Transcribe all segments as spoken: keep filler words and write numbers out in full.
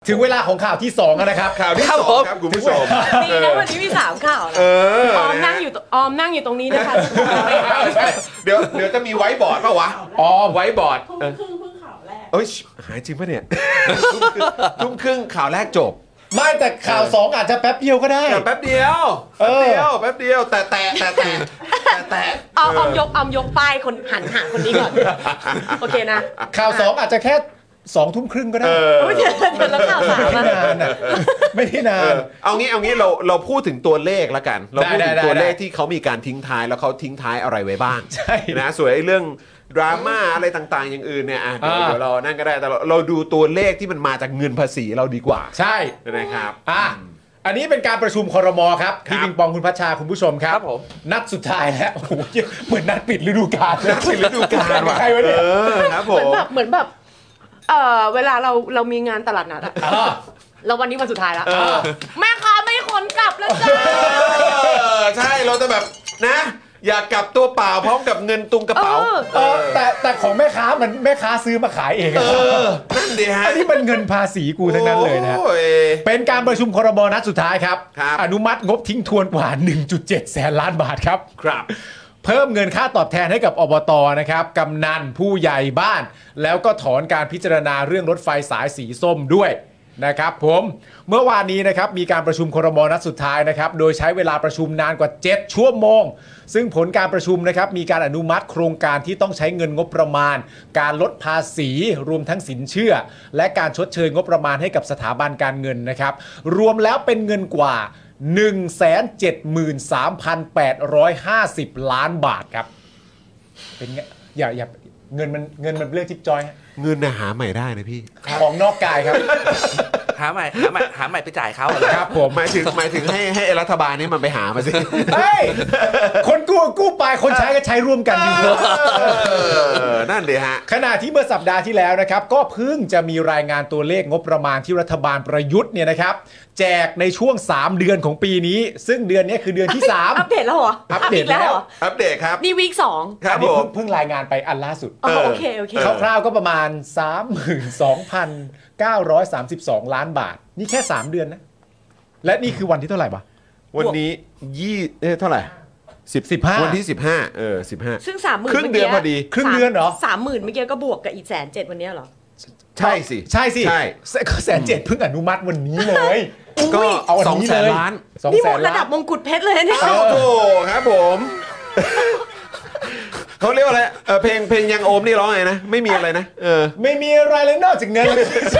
ถึงเวลาของข่าวที่สองแล้วนะครับข่าวที่สองครับคุณผู้ชมดีนะวันนี้มีสามข่าวนะออมนั่งอยู่ออมนั่งอยู่ตรงนี้นะคะเดี๋ยวเดี๋ยวจะมีไว้บอร์ดป่ะวะอ๋อไว้บอร์ดทุ่มครึ่งเพิ่งข่าวแรกเอ้ยหายจริงป่ะเนี่ยทุ่มครึ่งข่าวแรกจบไม่แต่ข่าวสองอาจจะแป๊บเดียวก็ได้แป๊บเดียวแป๊บเดียวแป๊บเดียวแต่แต่แต่แต่แต่แต่เอาออมยกออมยกป้ายคนหันหาคนนี้ก่อนโอเคนะข่าวสองอาจจะแค่สองทุ่มครึ่งก็ได้ไม่เจอเจอแล้วข่าวสามไม่นานอ่ะไม่ได้นานเอางี้เอางี้เราเราพูดถึงตัวเลขแล้วกันเราพูดถึงตัวเลขที่เขามีการทิ้งท้ายแล้วเขาทิ้งท้ายอะไรไว้บ้างใช่นะส่วนไอ้เรื่องดราม่าอะไรต่างๆอย่างอื่นเนี่ยเดี๋ยวเดี๋ยวเรานั่นก็ได้แต่เราเราดูตัวเลขที่มันมาจากเงินภาษีเราดีกว่าใช่นะครับอ่ะอันนี้เป็นการประชุมครม.ครับพี่ปิงปองคุณพัชชาคุณผู้ชมครับนัดสุดท้ายแล้วโอ้โหเหมือนนัดปิดฤดูกาลนัดปิดฤดูกาลว่ะใครวะเนี่ยครับผมเหมือนแบบเหมือนแบบเออเวลาเราเรามีงานตลาดนัดอะแล้ววันนี้วันสุดท้ายแล้วแม่ค้าไม่ขนกลับแล้วจ้าใช่เราจะแบบนะอยากกลับตัวเปล่าพร้อมกับเงินตุงกระเป๋าแต่แต่ของแม่ค้ามันแม่ค้าซื้อมาขายเองนั่นดิฮะอันนี้มันเงินภาษีกูทั้งนั้นเลยนะเป็นการประชุมครม.นัดสุดท้ายครับอนุมัติงบทิ้งทวนกว่า หนึ่งจุดเจ็ด แสนล้านบาทครับครับเพิ่มเงินค่าตอบแทนให้กับอบต.นะครับกำนันผู้ใหญ่บ้านแล้วก็ถอนการพิจารณาเรื่องรถไฟสายสีส้มด้วยนะครับผมเมื่อวานนี้นะครับมีการประชุมครม.นัดสุดท้ายนะครับโดยใช้เวลาประชุมนานกว่าเจ็ดชั่วโมงซึ่งผลการประชุมนะครับมีการอนุมัติโครงการที่ต้องใช้เงินงบประมาณการลดภาษีรวมทั้งสินเชื่อและการชดเชยงบประมาณให้กับสถาบันการเงินนะครับรวมแล้วเป็นเงินกว่า หนึ่งแสนเจ็ดหมื่นสามพันแปดร้อยห้าสิบ ล้านบาทครับเป็นไงอย่าอย่าเงินมันเงินมันเรื่องจิ๊บจอยเงินน่ะหาใหม่ได้นะพี่ของนอกกายครับหาใหม่หาใหม่หาใหม่ไปจ่ายเขาเหรอครับผมหมายถึงหมายถึงให้ให้รัฐบาลนี่มันไปหามาสิเฮ้ยคนกู้กู้ไปคนใช้ก็ใช้ร่วมกันอยู่นั่นเดี๋ยวฮะขณะที่เมื่อสัปดาห์ที่แล้วนะครับก็เพิ่งจะมีรายงานตัวเลขงบประมาณที่รัฐบาลประยุทธ์เนี่ยนะครับแจกในช่วงสามเดือนของปีนี้ซึ่งเดือนนี้คือเดือนที่สามอัปเดตแล้วเหรออัปเดตแล้วอัปเดตครับนี่วีคสองครับผมเพิ่งรายงานไปอันล่าสุดโอเคโอเคคร่าวๆก็ประมาณ สามหมื่นสองพันเก้าร้อยสามสิบสอง ล้านบาทนี่แค่สามเดือนนะและนี่คือวันที่เท่าไหร่วะวันนี้ยี่เอ๊ะเท่าไหร่สิบ สิบห้าวันที่สิบห้าเออสิบห้าซึ่ง สามหมื่นครึ่งเดือนพอดีครึ่งเดือนเหรอสามหมื่นเมื่อกี้ก็บวกกับอีก หนึ่งแสนเจ็ดหมื่น วันนี้เหรอใช่สิใช่สิใช่ก็แสนเจ็ดเพิ่งอนุมัติวันนี้เลยก็เอาสองแสนล้านนี่หมดระดับมงกุฎเพชรเลยเนี่ยโอ้โหครับผมเขาเรียกว่าอะไรเออเพลงเพลงยังโอมนี่ร้องไงนะไม่มีอะไรนะเออไม่มีอะไรเลยนอกจากเงิน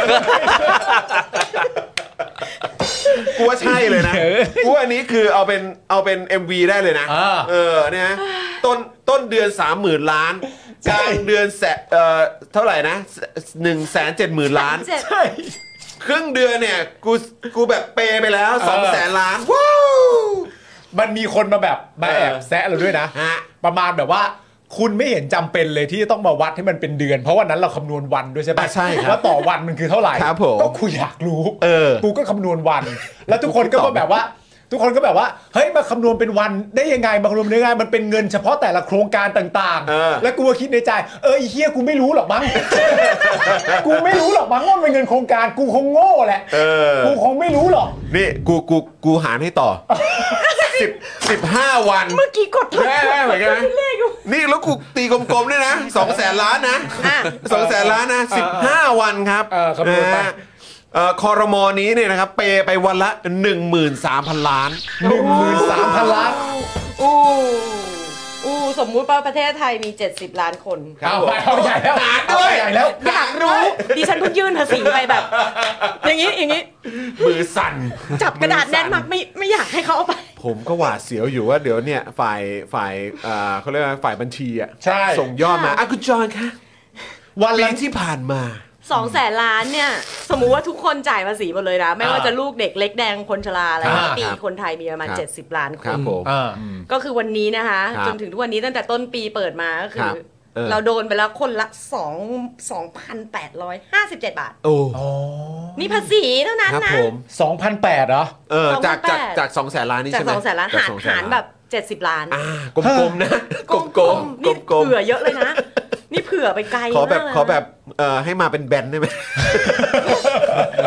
กูว่าใช่เลยนะกูว่าอันนี้คือเอาเป็นเอาเป็น เอ็ม วี ได้เลยนะเออเนี่ยต้นต้นเดือน สามหมื่น ล้านกลางเดือนแสเอ่อเท่าไหร่นะ หนึ่งแสนเจ็ดหมื่น ล้านใช่ครึ่งเดือนเนี่ยกูกูแบบเปย์ไปแล้ว สองแสน ล้านว้าวมันมีคนมาแบบมาแอบแซะเราด้วยนะประมาณแบบว่าคุณไม่เห็นจำเป็นเลยที่จะต้องมาวัดให้มันเป็นเดือนเพราะวันนั้นเราคำนวณวันด้วยใช่ไหมใช่ครับว่าต่อวันมันคือเท่าไหร่ก็กูอยากรู้กูก็คำนวณวันแล้วทุกคนก็แบบว่าทุกคนก็แบบว่าเฮ้ยมาคำนวณเป็นวันได้ยังไงมาคำนวณได้ยังไงมันเป็นเงินเฉพาะแต่ละโครงการต่างๆแล้วกูก็คิดในใจเออไอ้เหี้ยกูไม่รู้หรอกมั้งกูไม่รู้หรอกมั้งว่าเป็นเงินโครงการกูคงโง่แหละกูคงไม่รู้หรอกนี่กูกูกูหารให้ต่อสิบ สิบห้าวันเมื่อกี้กดแม่เหมือนกันนี่แล้วกูตีกลมๆด้วยนะ สองแสน ล้านนะ สองแสน ล้านนะสิบห้าวันครับเออคำนวณไปเอ่อครม.นี้เนี่ยนะครับเปย์ไปวันละ หนึ่งหมื่นสามพัน ล้านหนึ่งหมื่นสามพัน ล้านอู้อู้สมมุติว่าประเทศไทยมีเจ็ดสิบล้านคนเอาไปเอาใหญ่แล้วเอาใหญ่แล้วอยากรู้ดิฉันเพิ่งยื่นภาษีไปแบบอย่างนี้อย่างนี้มือสั่นจับกระดาษแน่นมากไม่ไม่อยากให้เขาเอาไปผมก็หวาดเสียวอยู่ว่าเดี๋ยวเนี่ยฝ่ายฝ่ายเอ่อเขาเรียกว่าฝ่ายบัญชีอ่ะส่งยอดมาอ่ะคุณจอนคะวันปีที่ผ่านมาสองแสนล้านเนี่ยสมมุติว่าทุกคนจ่ายภาษีหมดเลยนะไม่ว่าจะลูกเด็กเล็กแดงคนชราอะไรปีคนไทยมีประมาณเจ็ดสิบล้านคนก็คือวันนี้นะคะจนถึงทุกวันนี้ตั้งแต่ต้นปีเปิดมาก็คือเราโดนไปแล้วคนละสอง สองพันแปดร้อยห้าสิบเจ็ด บาทโอ้นี่ภาษีเท่านั้นนะสองพันแปดร้อย เหรอเออจากจากจากสองแสนล้านนี่ใช่ไหมจากสองแสนล้านหารหารแบบเจ็ดสิบล้านอ่ากลมๆนะกลมๆนี่เผื่อเยอะเลยนะนี่เผื่อไปไกลขอแบบขอแบบเอ่อให้มาเป็นแบนได้ไหม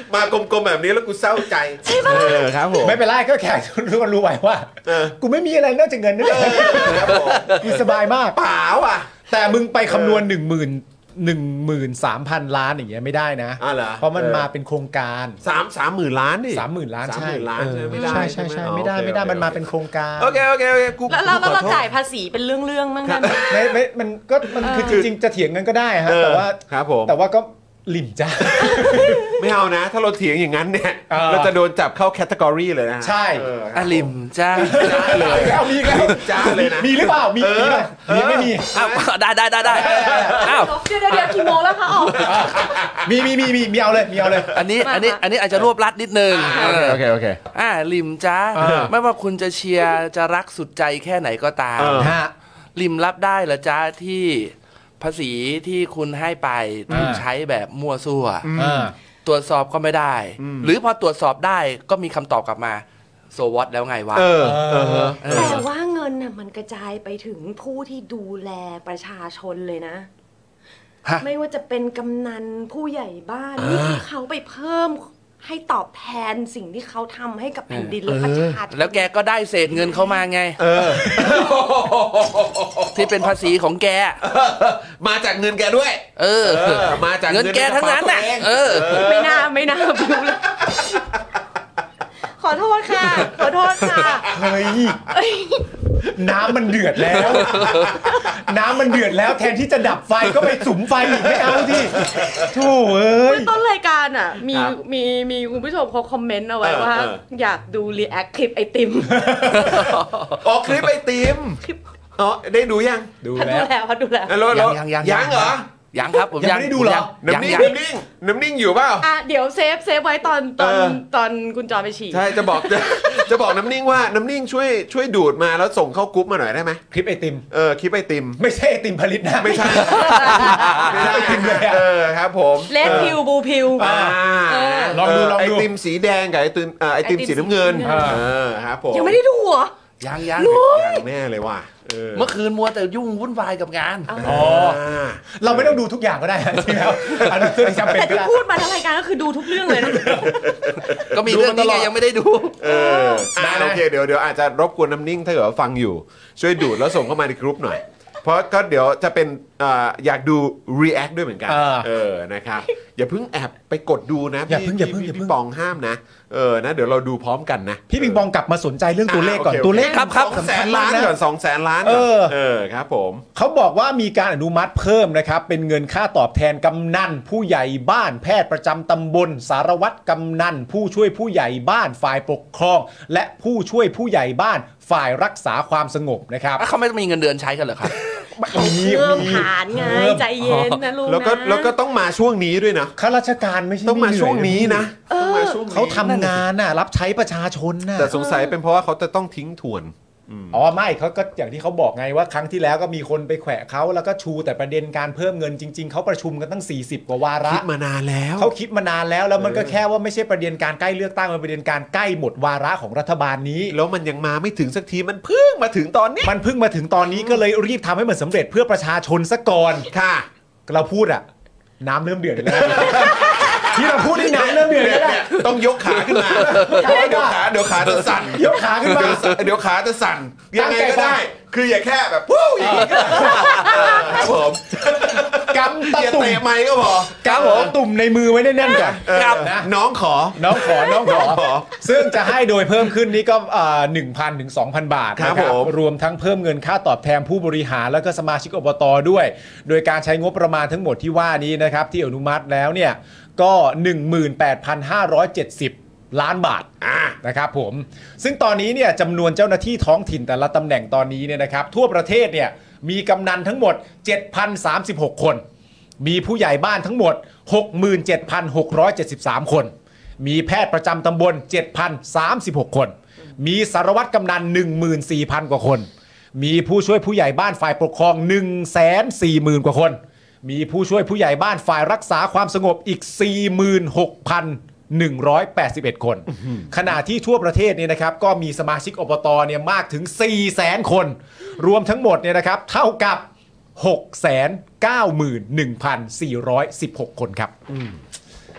มากลมๆแบบนี้แล้วกูเศร้าใจใช่ป่ะเออครับผมไม่เป็นไรก็แขกทุกคนรู้ไว้ว่ากูไม่มีอะไรนอกจากเงินนี่แหละครับผมกูสบายมากเปล่าอ่ะแต่มึงไปคำนวณหนึ่งหมื่นหนึ่งหมื่นสามพันล้านอย่างเงี้ยไม่ได้นะเพราะมันมาเป็นโครงการสามสามหมื่นล้านดิสามหมื่นล้านใช่ล้านไม่ได้ใช่ใช่ใช่ไม่ได้ไม่ได้มันมาเป็นโครงการโอเคโอเคโอเคกูแล้วเราเราจ่ายภาษีเป็นเรื่องๆมั้งนั่นไม่ไม่มันก็มันคือจริงๆจะเถียงกันก็ได้ฮะแต่ว่าครับผมแต่ว่าก็ลิมจ้าไม่เอานะถ้าเราเถียงอย่างนั้นเนี่ยเราจะโดนจับเข้าแคตตากรีเลยนะใช่อ่ะลิมจ้าเลยเอามีกันจ้าเลยนะมีหรือเปล่ามีมีไม่มีอ้าวได้ได้ได้ได้อ้าวเดี๋ยวเดี๋ยวกี่โมงแล้วคะอ๋อมีมีมีมีมีเอาเลยมีเอาเลยอันนี้อันนี้อันนี้อาจจะรวบรัดนิดนึงโอเคโอเคอ่าลิมจ้าไม่ว่าคุณจะเชียร์จะรักสุดใจแค่ไหนก็ตามลิมรับได้เหรอจ้าที่ภาษีที่คุณให้ไปถูกใช้แบบมั่วซั่วตรวจสอบก็ไม่ได้หรือพอตรวจสอบได้ก็มีคำตอบกลับมาโซวอตแล้วไงวะแต่ว่าเงินน่ะมันกระจายไปถึงผู้ที่ดูแลประชาชนเลยนะไม่ว่าจะเป็นกำนันผู้ใหญ่บ้านนี่คือเขาไปเพิ่มให้ตอบแทนสิ่งที่เขาทำให้กับแผ่นดินและประชาชนแล้วแกก็ได้เศษเงินเข้ามาไงที่เป็นภาษีของแกมาจากเงินแกด้วยเออมาจากเงินแกทั้งนั้นน่ะเออไม่น่าไม่น่าพิวเลยขอโทษค่ะขอโทษค่ะเฮ้ยน้ำมันเดือดแล้วน้ำมันเดือดแล้วแทนที่จะดับไฟก็ไปสุมไฟอีกไม่เอาที่โถ่เอ้ยต้นรายการอ่ะมีมีมีคุณผู้ชมเขาคอมเมนต์เอาไว้ว่าอยากดูรีแอคคลิปไอติมอ๋อคลิปไอติมอ๋อได้ดูยังดูแล้วพัดดูแล้วยังยังยังเหรอยังครับผมยังไม่ได้ดูหรอน้ำนิ่งน้ำนิ่งน้ำนิ่งอยู่เปล่าอ่ะเดี๋ยวเซฟเซฟไว้ตอนตอนตอนคุณจอไปฉี่ใช่จะบอกจะจะบอกน้ำนิ่งว่าน้ำนิ่งช่วยช่วยดูดมาแล้วส่งเข้ากรุ๊ปมาหน่อยได้ไหมคลิปไอติมเออคลิปไอติมไม่ใช่ไอติมผลิตนะไม่ใช่ไม่ใช่ไอติมเลยเออครับผมเลดพิวบูพิวลองดูลองดูไอติมสีแดงกับไอติมไอติมสีน้ำเงินเออครับผมยังไม่ได้ดูเหรอยังยังยังแน่เลยว่ะเมื่อคืนมัวแต่ยุ่งวุ่นวายกับงานอ๋อเราไม่ต้องดูทุกอย่างก็ได้จริงแล้วอันนี้คือจำเป็นแต่ที่พูดมาทั้งรายการก็คือดูทุกเรื่องเลยนะก็มีเรื่องนี้ยังไม่ได้ดูเออโอเคเดี๋ยวเดี๋ยวอาจจะรบกวนน้ำนิ่งถ้าเกิดว่าฟังอยู่ช่วยดูดแล้วส่งเข้ามาในกรุ๊ปหน่อยเพราะก็เดี๋ยวจะเป็นอยากดู react ด้วยเหมือนกันเออนะครับอย่าเพิ่งแอบไปกดดูนะอย่าเพิ่งอย่าเพิ่งอย่าเพิ่งปองห้ามนะเออนะเดี๋ยวเราดูพร้อมกันนะพี่ปิงปองกลับมาสนใจเรื่องตัวเลขก่อนตัวเลขครับครับสองแสนล้านก่อนสองแสนล้านเออเออครับผมเขาบอกว่ามีการอนุมัติเพิ่มนะครับเป็นเงินค่าตอบแทนกำนันผู้ใหญ่บ้านแพทย์ประจำตำบลสารวัตรกำนันผู้ช่วยผู้ใหญ่บ้านฝ่ายปกครองและผู้ช่วยผู้ใหญ่บ้านฝ่ายรักษาความสงบนะครับเขาไม่ต้องมีเงินเดือนใช้กันเหรอครับมีเพิ่มฐานไงใจเย็นนะลุงนะแล้วก็แล้วก็ต้องมาช่วงนี้ด้วยนะข้าราชการไม่ใช่ต้องมาช่วงนี้นะเขาทำงานน่ะรับใช้ประชาชนน่ะแต่สงสัยเป็นเพราะว่าเขาจะต้องทิ้งทวนอ๋อไม่เขาก็อย่างที่เขาบอกไงว่าครั้งที่แล้วก็มีคนไปแขวะเขาแล้วก็ชูแต่ประเด็นการเพิ่มเงินจริงๆเขาประชุมกันตั้งสี่สิบกว่าวาระคิดมานานแล้วเขาคิดมานานแล้วแล้วมันก็แค่ว่าไม่ใช่ประเด็นการใกล้เลือกตั้งมันประเด็นการใกล้หมดวาระของรัฐบาลนี้แล้วมันยังมาไม่ถึงสักทีมันเพิ่งมาถึงตอนนี้มันเพิ่งมาถึงตอนนี้ก็เลยรีบทำให้มันสำเร็จเพื่อประชาชนซะก่อนค่ะเราพูดอะน้ำเริ่มเดือดแล้วที่เราพูดนี่น้ำเริ่มเดือดแล้วต้องยกขาขึ้นมาเดี๋ยวขาเดี๋ยวขาจะสั่นยกขาขึ้นมาเดี๋ยวขาจะสั่นยังไงก็ได้คืออย่าแค่แบบวู้อย่างนี้ครับผมกำตะตุ่มเตะไม้ก็พอกำผมตุ่มในมือไว้แน่นๆก่อนนะน้องขอน้องขอน้องขอซึ่งจะให้โดยเพิ่มขึ้นนี้ก็หนึ่งพันถึงสองพันบาทนะครับรวมทั้งเพิ่มเงินค่าตอบแทนผู้บริหารแล้วก็สมาชิกอบต.ด้วยโดยการใช้งบประมาณทั้งหมดที่ว่านี้นะครับที่อนุมัติแล้วเนี่ยก็ หนึ่งหมื่นแปดพันห้าร้อยเจ็ดสิบ ล้านบาทนะครับผมซึ่งตอนนี้เนี่ยจำนวนเจ้าหน้าที่ท้องถิ่นแต่ละตำแหน่งตอนนี้เนี่ยนะครับทั่วประเทศเนี่ยมีกำนันทั้งหมด เจ็ดพันสามสิบหก คนมีผู้ใหญ่บ้านทั้งหมด หกหมื่นเจ็ดพันหกร้อยเจ็ดสิบสาม คนมีแพทย์ประจำตำบล เจ็ดพันสามสิบหก คนมีสารวัตรกำนัน หนึ่งหมื่นสี่พัน กว่าคนมีผู้ช่วยผู้ใหญ่บ้านฝ่ายปกครอง หนึ่งแสนสี่หมื่น กว่าคนมีผู้ช่วยผู้ใหญ่บ้านฝ่ายรักษาความสงบอีก สี่หมื่นหกพันหนึ่งร้อยแปดสิบเอ็ด คนขณะที่ทั่วประเทศเนี่ยนะครับก็มีสมาชิกอบตเนี่ยมากถึง สี่แสน คนรวมทั้งหมดเนี่ยนะครับเท่ากับ หกแสนเก้าหมื่นหนึ่งพันสี่ร้อยสิบหก คนครับ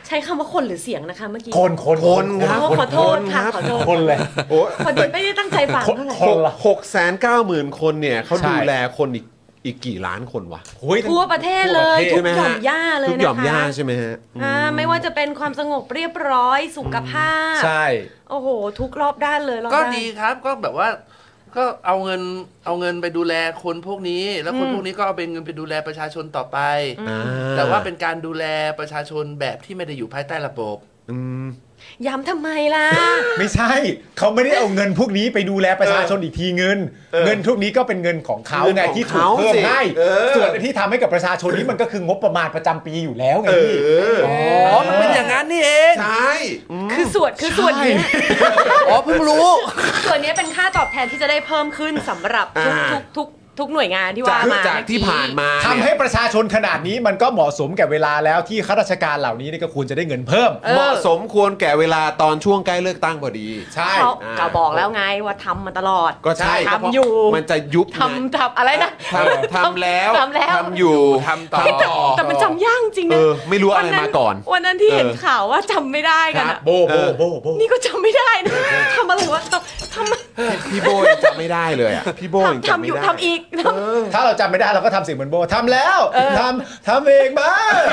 ใช้คำว่าคนหรือเสียงนะคะเมื่อกี้คนคนคนครับขอโทษค่ะขอโทษคนเลยโอ้พอดีไม่ได้ตั้งใจฟังเท่าไหร่หกแสนเก้าหมื่นคนเนี่ยเขาดูแลคนอีกอีกกี่ล้านคนวะทั่วประเทศเลยทุกหย่อมย่าเลยนะคะทุกหย่อมย่าใช่ไหมฮะอ่าไม่ว่าจะเป็นความสงบเรียบร้อยสุขภาพใช่โอ้โหทุกรอบด้านเลยก็ดีครับก็แบบว่าก็เอาเงินเอาเงินไปดูแลคนพวกนี้แล้วคนพวกนี้ก็เอาเป็นเงินไปดูแลประชาชนต่อไปแต่ว่าเป็นการดูแลประชาชนแบบที่ไม่ได้อยู่ภายใต้ระบบย้ำทำไมล่ะไม่ใช่เขาไม่ได้เอาเงินพวกนี้ไปดูแลประชาชนอีกทีเงินเงินพวกนี้ก็เป็นเงินของเขาไงที่ถูกเพิ่มให้ส่วนที่ทำให้กับประชาชนนี้มันก็คืองบประมาณประจำปีอยู่แล้วไงพี่อ๋อมันเป็นอย่างนั้นนี่เองใช่คือส่วนคือส่วนนี้อ๋อเพิ่งรู้ส่วนนี้เป็นค่าตอบแทนที่จะได้เพิ่มขึ้นสำหรับทุกทุกทุกทุกหน่วยงานที่ว่ามาจากที่ผ่านมาทำให้ประชาชนขนาดนี้มันก็เหมาะสมแก่เวลาแล้วที่ข้าราชการเหล่านี้นี่ก็ควรจะได้เงินเพิ่มเหมาะสมควรแก่เวลาตอนช่วงใกล้เลือกตั้งพอดีใช่ก็บอกแล้วไงว่าทำมาตลอดก็ใช่ทำอยู่มันจะยุบทำทำอะไรนะทำทำแล้วทำแล้วทำอยู่ทำต่อแต่มันจำยากจริงนะไม่รู้อะไรมาก่อนวันนั้นที่เห็นข่าวว่าจำไม่ได้กันอะโบโบโบโบนี่ก็จำไม่ได้นะทำอะไรวะทำพี่โบจำไม่ได้เลยอ่ะพี่โบทำอยู่ทำอีกถ้าเราจำไม่ได้เราก็ทำเสียงเหมือนโบทำแล้วทำทำเองมา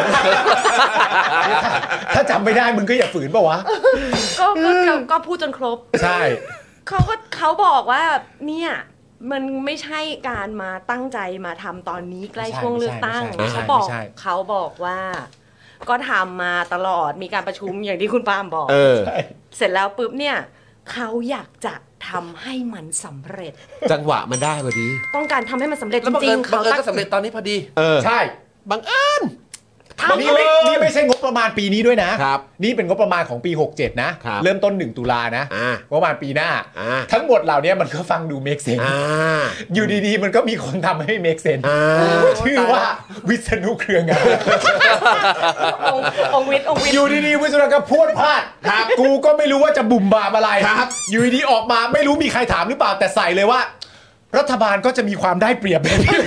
ถ้าจำไม่ได้มึงก็อย่าฝืนป่าวะก็ก็พูดจนครบใช่เขาก็เขาบอกว่าเนี่ยมันไม่ใช่การมาตั้งใจมาทำตอนนี้ใกล้ช่วงเลือกตั้งเขาบอกเขาบอกว่าก็ทำมาตลอดมีการประชุมอย่างที่คุณปาล์มบอกเสร็จแล้วปุ๊บเนี่ยเขาอยากจะทำให้มันสำเร็จจังหวะมันได้พอดีต้องการทำให้มันสำเร็จจริงๆเขาก็สำเร็จตอนนี้พอดีเออใช่บังเอิญนี่ไม่นี่ไม่ใช่งบประมาณปีนี้ด้วยนะครับนี่เป็นงบประมาณของปีหกเจ็ดนะเริ่มต้นหนึ่งตุลานะงบประมาณปีหน้าทั้งหมดเหล่านี้มันก็ฟังดูเมคเซนส์อยู่ดีๆมันก็มีคนทำให้เมคเซนส์ชื่อว่าวิษณุเครืองามองวิทย์องวิทย์อยู่ดีๆวิษณุก็พูดพลาดครับกูก็ไม่รู้ว่าจะบุ่มบามอะไรครับอยู่ดีๆออกมาไม่รู้มีใครถามหรือเปล่าแต่ใส่เลยว่ารัฐบาลก็จะมีความได้เปรียบแบบนี้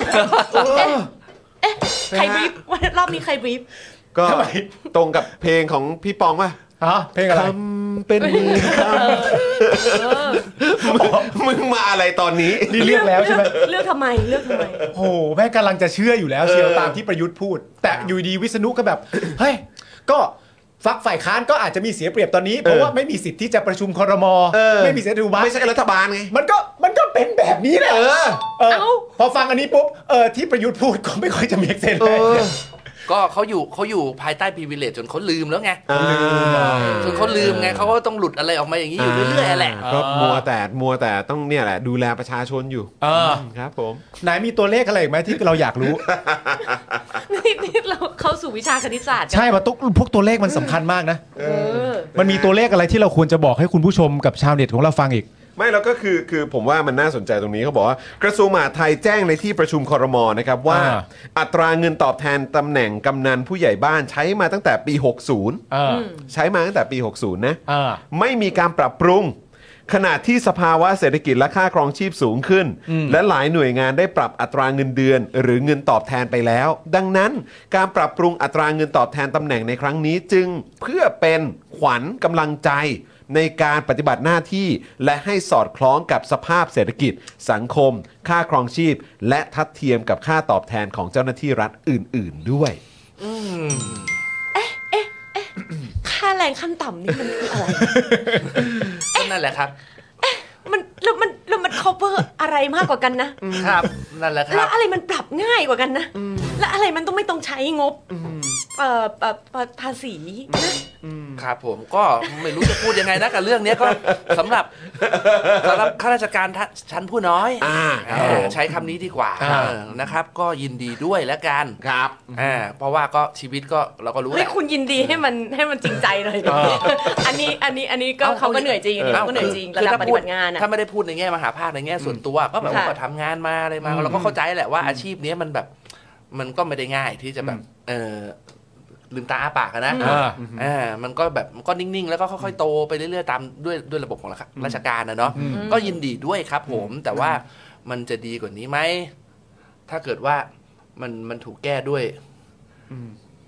เอ๊ะใครบรีฟรอบนี้ใครบรีฟก็ตรงกับเพลงของพี่ปองป่ะฮะเพลงอะไรคำเป็นมือคำมึงมาอะไรตอนนี้นี่เลือกแล้วใช่ไหมเลือกทำไมเลือกทำไมโอ้แม่กำลังจะเชื่ออยู่แล้วเชียวตามที่ประยุทธ์พูดแต่อยู่ดีวิษณุก็แบบเฮ้ยก็ฝักฝ่ายค้านก็อาจจะมีเสียเปรียบตอนนี้เพราะว่าไม่มีสิทธิ์ที่จะประชุมครม.ไม่มีเสียงดูไม่ใช่รัฐบาลไงมันก็มันก็เป็นแบบนี้แหละเออพอฟังอันนี้ปุ๊บเออที่ประยุทธ์พูดก็ไม่ค่อยจะมีเซนเลยก็เขาอยู่เขาอยู่ภายใต้ privilege จนเขาลืมแล้วไงจนเขาลืมไงเขาก็ต้องหลุดอะไรออกมาอย่างนี้อยู่เรื่อยๆแหละก็มัวแต่มัวแต่ต้องเนี่ยแหละดูแลประชาชนอยู่ครับผมไหนมีตัวเลขอะไรอีกไหมที่เราอยากรู้นี่เราเข้าสู่วิชาคณิตศาสตร์ใช่ว่าพวกตัวเลขมันสำคัญมากนะมันมีตัวเลขอะไรที่เราควรจะบอกให้คุณผู้ชมกับชาวเน็ตของเราฟังอีกไม่แล้วก็คือคือผมว่ามันน่าสนใจตรงนี้เขาบอกว่ากระทรวงมหาดไทยแจ้งในที่ประชุมครม.นะครับว่าอัตราเงินตอบแทนตำแหน่งกำนันผู้ใหญ่บ้านใช้มาตั้งแต่ปีหกสิบใช้มาตั้งแต่ปีหกสิบนะไม่มีการปรับปรุงขณะที่สภาวะเศรษฐกิจและค่าครองชีพสูงขึ้นและหลายหน่วยงานได้ปรับอัตราเงินเดือนหรือเงินตอบแทนไปแล้วดังนั้นการปรับปรุงอัตราเงินตอบแทนตำแหน่งในครั้งนี้จึงเพื่อเป็นขวัญกำลังใจในการปฏิบัติหน้าที่และให้สอดคล้องกับสภาพเศรษฐกิจสังคมค่าครองชีพและทัดเทียมกับค่าตอบแทนของเจ้าหน้าที่รัฐอื่นๆด้วยเอ๊ะเอ๊ะเอ๊ะค่าแรงขั้นต่ำนี่มันคืออะไรนั่นแหละครับมันแล้วมันแล้วมัน cover อะไรมากกว่ากันนะครับนั่นแหละครับแล้วอะไรมันปรับง่ายกว่ากันนะแล้วอะไรมันต้องไม่ต้องใช้งบเอ่อภาษีนะครับผมก็ไม่รู้จะพูดยังไงนะกับเรื่องนี้ก็สำหรับสำหรับข้าราชการชั้นผู้น้อยใช้คำนี้ดีกว่านะครับก็ยินดีด้วยแล้วกันครับเพราะว่าก็ชีวิตก็เราก็รู้แหละคุณยินดีให้มันให้มันจริงใจเลยอันนี้อันนี้อันนี้ก็เขาก็เหนื่อยจริงเขาก็เหนื่อยจริงระดับปฏิบัติงานถ้าไม่ได้พูดในแง่มหาภาคในแง่ส่วนตัวก็แบบว่าทำงานมาอะไรมาเราก็เข้าใจแหละว่าอาชีพนี้มันแบบมันก็ไม่ได้ง่ายที่จะแบบเออลืมตาอ้าปากนะอ่ามันก็แบบมันก็นิ่งๆแล้วก็ค่อยๆโตไปเรื่อยๆตามด้วยด้วยระบบของราชการนะเนาะก็ยินดีด้วยครับผมแต่ว่ามันจะดีกว่านี้ไหมถ้าเกิดว่ามันมันถูกแก้ด้วย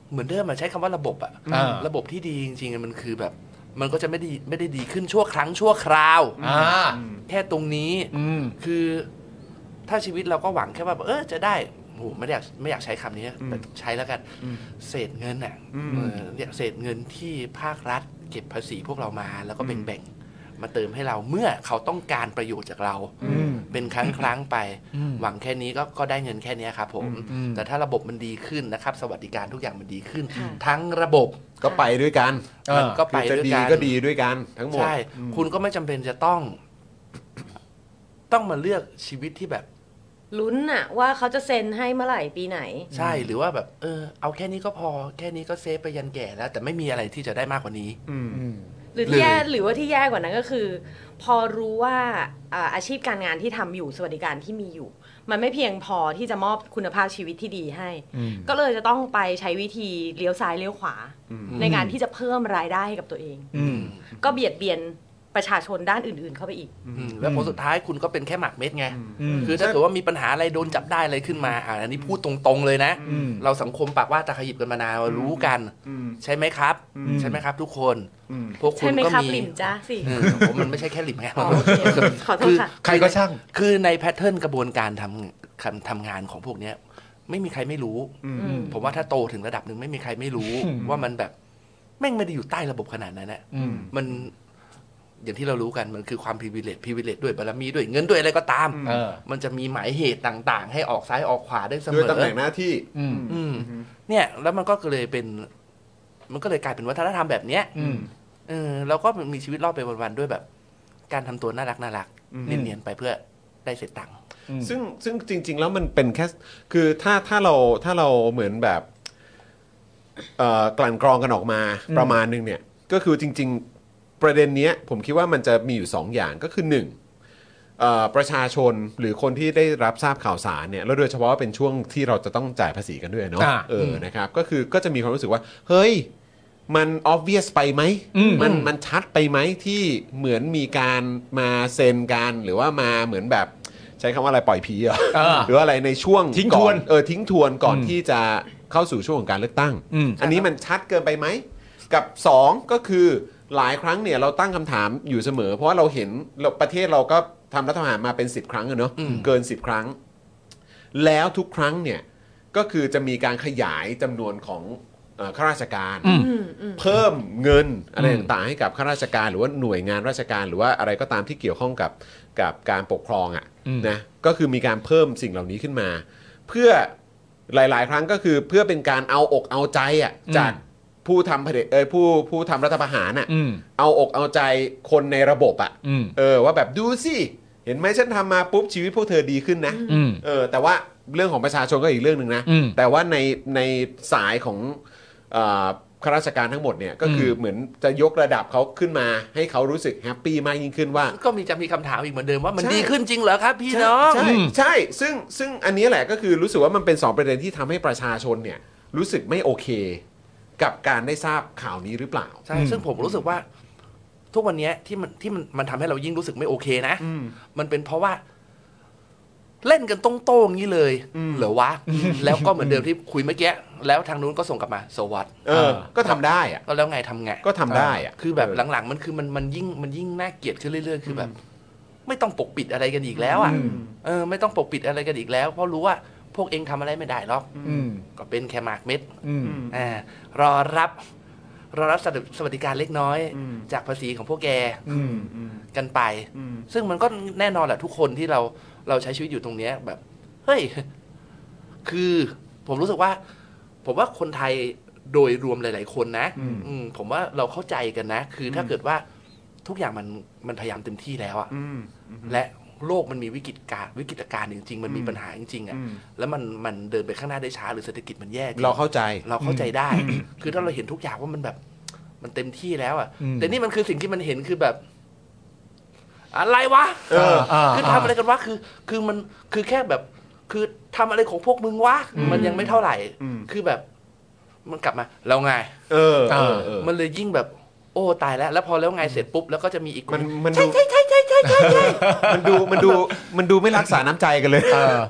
เหมือนเดิมอะใช้คำว่าระบบอะระบบที่ดีจริงๆมันคือแบบมันก็จะไม่ได้ไม่ได้ดีขึ้นชั่วครั้งชั่วคราวแค่ตรงนี้คือถ้าชีวิตเราก็หวังแค่ว่าเออจะได้โหไม่อยากไม่อยากใช้คำนี้แต่ใช้แล้วกันเศษเงินอ่ะเนี่ยเศษเงินที่ภาครัฐเก็บภาษีพวกเรามาแล้วก็แบ่งๆมาเติมให้เราเมื่อเขาต้องการประโยชน์จากเราเป็นครั้งครั้งไปหวังแค่นี้ก็ก็ได้เงินแค่นี้ครับผมแต่ถ้าระบบมันดีขึ้นนะครับสวัสดิการทุกอย่างมันดีขึ้นทั้งระบบก็ไปด้วยกันมันก็ไปด้วยกันก็ดีด้วยกันทั้งหมดใช่คุณก็ไม่จำเป็นจะต้องต้องมาเลือกชีวิตที่แบบลุ้นอะว่าเขาจะเซ็นให้เมื่อไหร่ปีไหนใช่หรือว่าแบบเออเอาแค่นี้ก็พอแค่นี้ก็เซฟไปยันแก่แล้วแต่ไม่มีอะไรที่จะได้มากกว่านี้หรือที่แย่หรือว่าที่แย่กว่านั้นก็คือ พอรู้ว่าอาชีพการงานที่ทำอยู่สวัสดิการที่มีอยู่มันไม่เพียงพอที่จะมอบคุณภาพชีวิตที่ดีให้ก็เลยจะต้องไปใช้วิธีเลี้ยวซ้ายเลี้ยวขวาในการที่จะเพิ่มรายได้ให้กับตัวเองก็เบียดเบียนประชาชนด้านอื่นๆเข้าไปอีกแล้วผลสุดท้ายคุณก็เป็นแค่หมากเม็ดไงคือถ้าเกิดว่ามีปัญหาอะไรโดนจับได้อะไรขึ้นมาอันนี้พูดตรงๆเลยนะเราสังคมปากว่าตาขยิบกันมานานรู้กันใช่ไหมครับใช่ไหมครับทุกคนพวกคุณก็มีลิมจ้าสิผมมันไม่ใช่แค่ลิมไงขอโทษค่ะใครก็ช่างคือในแพทเทิร์นกระบวนการทำทำงานของพวกนี้ไม่มีใครไม่รู้ผมว่าถ้าโตถึงระดับหนึ่งไม่มีใครไม่รู้ว่ามันแบบแม่งไม่ได้อยู่ใต้ระบบขนาดนั้นนะมันอย่างที่เรารู้กันมันคือความ privilege privilege ด้วยบารมีด้วยเงินด้วยอะไรก็ตามมันจะมีหมายเหตุต่างๆให้ออกซ้ายออกขวาได้เสมอด้วยตำแหน่งหน้าที่เนี่ยแล้วมันก็เลยเป็นมันก็เลยกลายเป็นวัฒนธรรมแบบเนี้ยเออเราก็มีชีวิตรอดไปวันๆด้วยแบบการทำตัวน่ารักน่ารักเนียนๆไปเพื่อได้เสร็จตังค์ซึ่งซึ่งจริงๆแล้วมันเป็นแค่คือถ้าถ้าเราถ้าเราเหมือนแบบกลั่นกรองกันออกมาประมาณนึงเนี่ยก็คือจริงๆประเด็นนี้ผมคิดว่ามันจะมีอยู่สองอย่างก็คือหนึ่งประชาชนหรือคนที่ได้รับทราบข่าวสารเนี่ยแล้วโดยเฉพาะเป็นช่วงที่เราจะต้องจ่ายภาษีกันด้วยเนาะเออนะครับก็คือก็จะมีความรู้สึกว่าเฮ้ยมัน obvious ไปไหมมันมันชัดไปไหมที่เหมือนมีการมาเซ็นกันหรือว่ามาเหมือนแบบใช้คำว่าอะไรปล่อยผีเหรอหรืออะไรในช่วงทิ้งทวนเออทิ้งทวนก่อนที่จะเข้าสู่ช่วงของการเลือกตั้งอันนี้มันชัดเกินไปไหมกับสองก็คือหลายครั้งเนี่ยเราตั้งคำถามอยู่เสมอเพราะว่าเราเห็นประเทศเราก็ทำรัฐประหารมาเป็นสิบครั้งอะเนาะเกินสิบครั้งแล้วทุกครั้งเนี่ยก็คือจะมีการขยายจำนวนของข้าราชการเพิ่มเงินอะไรต่างๆให้กับข้าราชการหรือว่าหน่วยงานราชการหรือว่าอะไรก็ตามที่เกี่ยวข้องกับกับการปกครองอ่ะนะก็คือมีการเพิ่มสิ่งเหล่านี้ขึ้นมาเพื่อหลายๆครั้งก็คือเพื่อเป็นการเอาอกเอาใจอ่ะจากผู้ทำเผด็จเออผู้ผู้ทำรัฐประหารอ่ะเอาอกเอาใจคนในระบบอ่ะเออว่าแบบดูสิเห็นไหมฉันทำมาปุ๊บชีวิตพวกเธอดีขึ้นนะเออแต่ว่าเรื่องของประชาชนก็อีกเรื่องนึงนะแต่ว่าในในสายของข้าราชการทั้งหมดเนี่ยก็คือเหมือนจะยกระดับเขาขึ้นมาให้เขารู้สึกแฮปปี้มากยิ่งขึ้นว่าก็มีจะมีคำถามอีกเหมือนเดิมว่ามันดีขึ้นจริงเหรอครับพี่น้องใช่ใช่ซึ่งซึ่งอันนี้แหละก็คือรู้สึกว่ามันเป็นสองประเด็นที่ทำให้ประชาชนเนี่ยรู้สึกไม่โอเคกับการได้ทราบข่าวนี้หรือเปล่าใช่ซึ่งผมรู้สึกว่าทุกวันนี้ที่มันที่มันมันทำให้เรายิ่งรู้สึกไม่โอเคนะมันเป็นเพราะว่าเล่นกันตรงๆงี้เลยเหรอวะแล้วก็เหมือนเดิมที่คุยเมื่อกี้แล้วทางนู้นก็ส่งกลับมาสวัสดเออก็ทำได้อะก็แล้วไงทำไงก็ทำได้อะคือแบบหลังๆมันคือมันมันยิ่งมันยิ่งน่าเกลียดขึ้นเรื่อยๆคือแบบไม่ต้องปกปิดอะไรกันอีกแล้วอ่ะเออไม่ต้องปกปิดอะไรกันอีกแล้วเพราะรู้ว่าพวกเองทำอะไรไม่ได้หรอกก็เป็นแค่หมากเม็ดอ่ารอรับรอรับสวัสดิการเล็กน้อยจากภาษีของพวกแกกันไปซึ่งมันก็แน่นอนแหละทุกคนที่เราเราใช้ชีวิตอยู่ตรงนี้แบบเฮ้ยคือผมรู้สึกว่าผมว่าคนไทยโดยรวมหลายๆคนนะผมว่าเราเข้าใจกันนะคือถ้าเกิดว่าทุกอย่างมันมันพยายามเต็มที่แล้วอะและโลกมันมีวิกฤตการวิกฤตการณ์จริงๆมันมีปัญหาจริงๆอะแล้วมันมันเดินไปข้างหน้าได้ช้าหรือเศรษฐกิจมันแย่เราเข้าใจเราเข้าใจได้คือถ้าเราเห็นทุกอย่างว่ามันแบบมันเต็มที่แล้วอะแต่นี่มันคือสิ่งที่มันเห็นคือแบบอะไรวะเออคือทำอะไรกันวะคือคือมันคือแค่แบบคือทำอะไรของพวกมึงวะมันยังไม่เท่าไหร่คือแบบมันกลับมาแล้วไงเออมันเลยยิ่งแบบโอ้ตายแล้วแล้วพอแล้วไงเสร็จปุ๊บแล้วก็จะมีอีกมันมันใช่ใช่ใช่ใช่ใช่ใช่มันดูมันดูมันดูไม่รักษาน้ำใจกันเลยเออ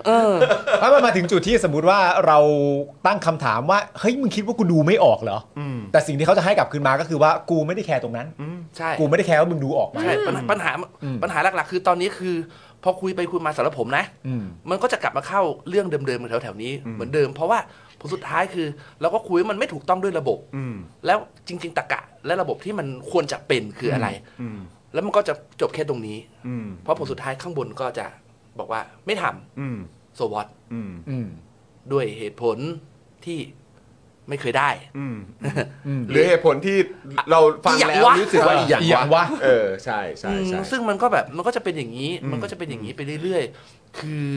ถ้ามันมาถึงจุดที่สมมุติว่าเราตั้งคำถามว่าเฮ้ยมึงคิดว่ากูดูไม่ออกเหรอแต่สิ่งที่เขาจะให้กลับคืนมาก็คือว่ากูไม่ได้แคร์ตรงนั้นใช่กูไม่ได้แคร์ว่ามึงดูออกไหมใช่ปัญหาปัญหาหลักๆคือตอนนี้คือพอคุยไปคุยมาสำหรับผมนะมันก็จะกลับมาเข้าเรื่องเดิมๆแถวๆนี้เหมือนเดิมเพราะว่าผลสุดท้ายคือเราก็คุยว่ามันไม่ถูกต้องด้วยระบบแล้วจริงๆตรรกะและระบบที่มันควรจะเป็นคืออะไรแล้วมันก็จะจบแค่ตรงนี้เพราะผลสุดท้ายข้างบนก็จะบอกว่าไม่ทำโซวอตด้วยเหตุผลที่ไม่เคยได้หรือเหตุผลที่เราฟังแล้วรู้สึกว่าอีกอย่างวะเออใช่ใช่ใช่ซึ่งมันก็แบบมันก็จะเป็นอย่างนี้มันก็จะเป็นอย่างนี้ไปเรื่อยๆคือ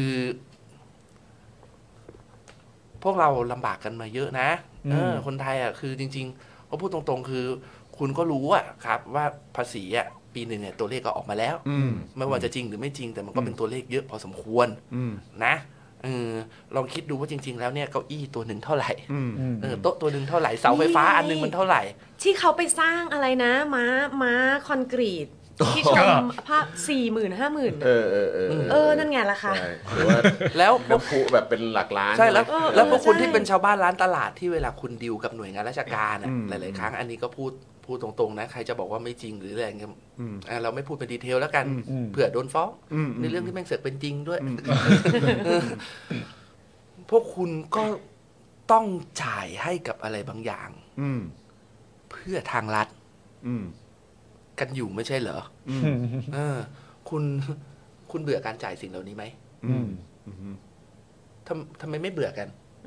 พวกเราลำบากกันมาเยอะนะเออคนไทยอ่ะคือจริงๆก็พูดตรงๆคือคุณก็รู้อ่ะครับว่าภาษีอ่ะปีหนึ่งเนี่ยตัวเลขก็ออกมาแล้วไม่ว่าจะจริงหรือไม่จริงแต่มันก็เป็นตัวเลขเยอะพอสมควรนะเออลองคิดดูว่าจริงๆแล้วเนี่ยเก้าอี้ตัวหนึ่งเท่าไหร่เออโต๊ะตัวหนึ่งเท่าไหร่เสาไฟฟ้าอันนึงมันเท่าไหร่ที่เขาไปสร้างอะไรนะม้าม้าคอนกรีตที่ชมภาพสี่หมื่นห้าหมื่นเออเออเออเออนั่นไงล่ะค่ะแล้วน้ำพุแบบเป็นหลักล้านใช่แล้วแล้วพวกคุณที่เป็นชาวบ้านร้านตลาดที่เวลาคุณดีลกับหน่วยงานราชการอ่ะหลายๆครั้งอันนี้ก็พูดพูดตรงๆนะใครจะบอกว่าไม่จริงหรืออะไรเงี้ยเราไม่พูดเป็นดีเทลแล้วกันเผื่อโดนฟ้องในเรื่องที่แม่งเสือกเป็นจริงด้วยพวกคุณก็ต้องจ่ายให้กับอะไรบางอย่างเพื่อทางรัฐกันอยู่ไม่ใช่เหรอเออคุณคุณเบื่อการจ่ายสิ่งเหล่านี้ไหมทำทำไมไม่เบื่อกัน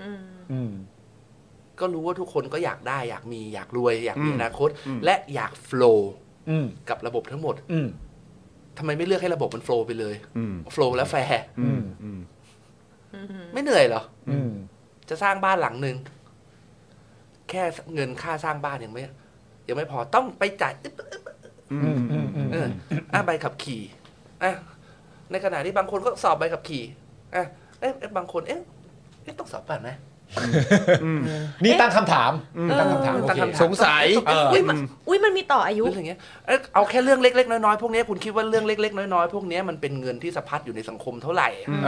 ก็รู้ว่าทุกคนก็อยากได้อยากมีอยากรวยอยากมีอนาคตและอยากโฟลว์กับระบบทั้งหมดทำไมไม่เลือกให้ระบบมันโฟลว์ไปเลยโฟลว์และแฟร์ไม่เหนื่อยเหรอจะสร้างบ้านหลังนึงแค่เงินค่าสร้างบ้านยังไม่ยังไม่พอต้องไปจ่ายเอออ่ะใบขับขี่อ่ะในขณะที่บางคนก็สอบใบขับขี่อ่ะเอ๊ะบางคนเอ๊ะต้องสอบป่ะนะนี่ตั้งคำถามตั้งคำถามสงสัยอุ้ยอุ้ยมันมีต่ออายุอะไรเงี้ยเอาแค่เรื่องเล็กๆน้อยๆพวกนี้คุณคิดว่าเรื่องเล็กๆน้อยๆพวกนี้มันเป็นเงินที่สะพัดอยู่ในสังคมเท่าไหร่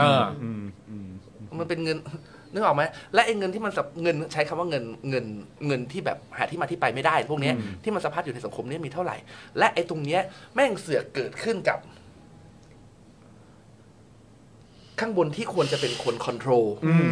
มันเป็นเงินนึกออกไหมและไอ้เงินที่มันเงินใช้คำว่าเงินเงินเงินที่แบบหาที่มาที่ไปไม่ได้พวกนี้ที่มันสะพัดอยู่ในสังคมนี้มีเท่าไหร่และไอ้ตรงเนี้ยแม่งเสือกเกิดขึ้นกับข้างบนที่ควรจะเป็นคนคอนโทรล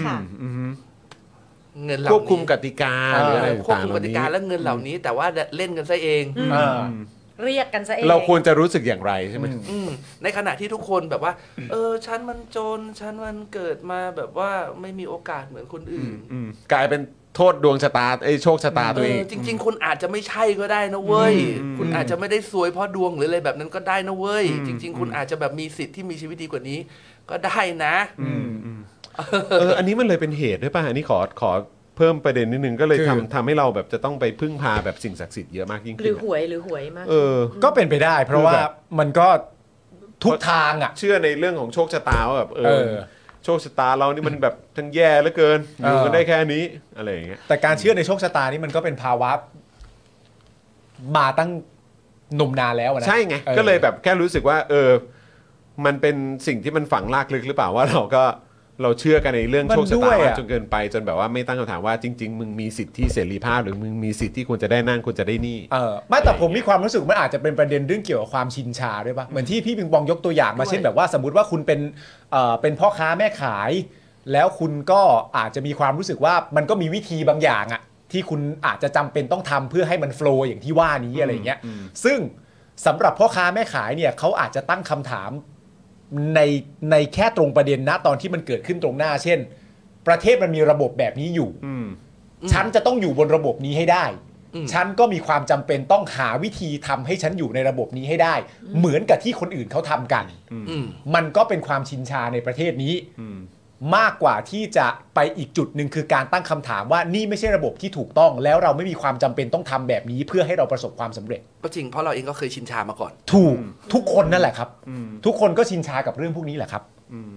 เงินเหล่านี้ควบคุมกติกาหรืออะไรต่างๆควบคุมกติกาและเงินเหล่านี้แต่ว่าเล่นกันซะเองเรียกกันซะเองเราควรจะรู้สึกอย่างไรใช่ไหมในขณะที่ทุกคนแบบว่าเออฉันมันจนฉันมันเกิดมาแบบว่าไม่มีโอกาสเหมือนคนอื่นกลายเป็นโทษดวงชะตาไอ้โชคชะตาตัวเองจริงๆคุณอาจจะไม่ใช่ก็ได้นะเว้ยคุณอาจจะไม่ได้ซวยเพราะดวงหรืออะไรแบบนั้นก็ได้นะเว้ยจริงๆคุณอาจจะแบบมีสิทธิ์ที่มีชีวิตดีกว่านี้ก็ได้นะเอออันนี้มันเลยเป็นเหตุด้วยป่ะอันนี้ขอขอเพิ่มประเด็นนิดนึงก็เลยทำทำให้เราแบบจะต้องไปพึ่งพาแบบสิ่งศักดิ์สิทธิ์เยอะมากยิ่งขึ้นหรือหวยหรือหวยมากเออก็เป็นไปได้เพราะว่ามันก็ทุกทางอ่ะเชื่อในเรื่องของโชคชะตาว่าแบบเออโชคชะตาเรานี่มันแบบทั้งแย่เหลือเกินอยู่กันได้แค่นี้อะไรอย่างเงี้ยแต่การเชื่อในโชคชะตานี่มันก็เป็นภาวะมาตั้งนมนานแล้วนะใช่ไงก็เลยแบบแค่รู้สึกว่าเออมันเป็นสิ่งที่มันฝังลากลึกหรือเปล่าว่าเราก็เราเชื่อกันในเรื่องโชคชะตาจนเกินไปจนแบบว่าไม่ตั้งคำถามว่าจริงๆมึงมีสิทธิเสรีภาพหรือมึงมีสิทธิที่ควรจะได้นั่นควรจะได้นี่เออไม่แต่ผมมีความรู้สึกมันอาจจะเป็นประเด็นเรื่องเกี่ยวกับความชินชาด้วยป่ะเหมือนที่พี่ปิงปองยกตัวอย่างมาเช่นแบบว่าสมมติว่าคุณเป็นเอ่อเป็นพ่อค้าแม่ขายแล้วคุณก็อาจจะมีความรู้สึกว่ามันก็มีวิธีบางอย่างอะที่คุณอาจจะจำเป็นต้องทำเพื่อให้มันโฟลว์อย่างที่ว่านี้อะไรเงี้ยซึ่งสำหรับพ่อค้าแม่ขายเนี่ยเขาอาจจะตั้งคำถามในในแค่ตรงประเด็นนะตอนที่มันเกิดขึ้นตรงหน้าเช่นประเทศมันมีระบบแบบนี้อยู่ฉันจะต้องอยู่บนระบบนี้ให้ได้ฉันก็มีความจำเป็นต้องหาวิธีทำให้ฉันอยู่ในระบบนี้ให้ได้เหมือนกับที่คนอื่นเขาทำกันมันก็เป็นความชินชาในประเทศนี้มากกว่าที่จะไปอีกจุดหนึ่งคือการตั้งคำถามว่านี่ไม่ใช่ระบบที่ถูกต้องแล้วเราไม่มีความจำเป็นต้องทำแบบนี้เพื่อให้เราประสบความสำเร็จก็จริงเพราะเราเองก็เคยชินชามาก่อนถูกทุกคนนั่นแหละครับทุกคนก็ชินชากับเรื่องพวกนี้แหละครับ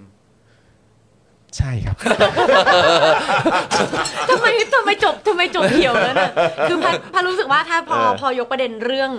ใช่ครับทำไมทำไมจบทำไมจบเหี่ยวแล้วนะคือพารู้สึกว่าถ้าพอพอยกประเด็นเรื่อง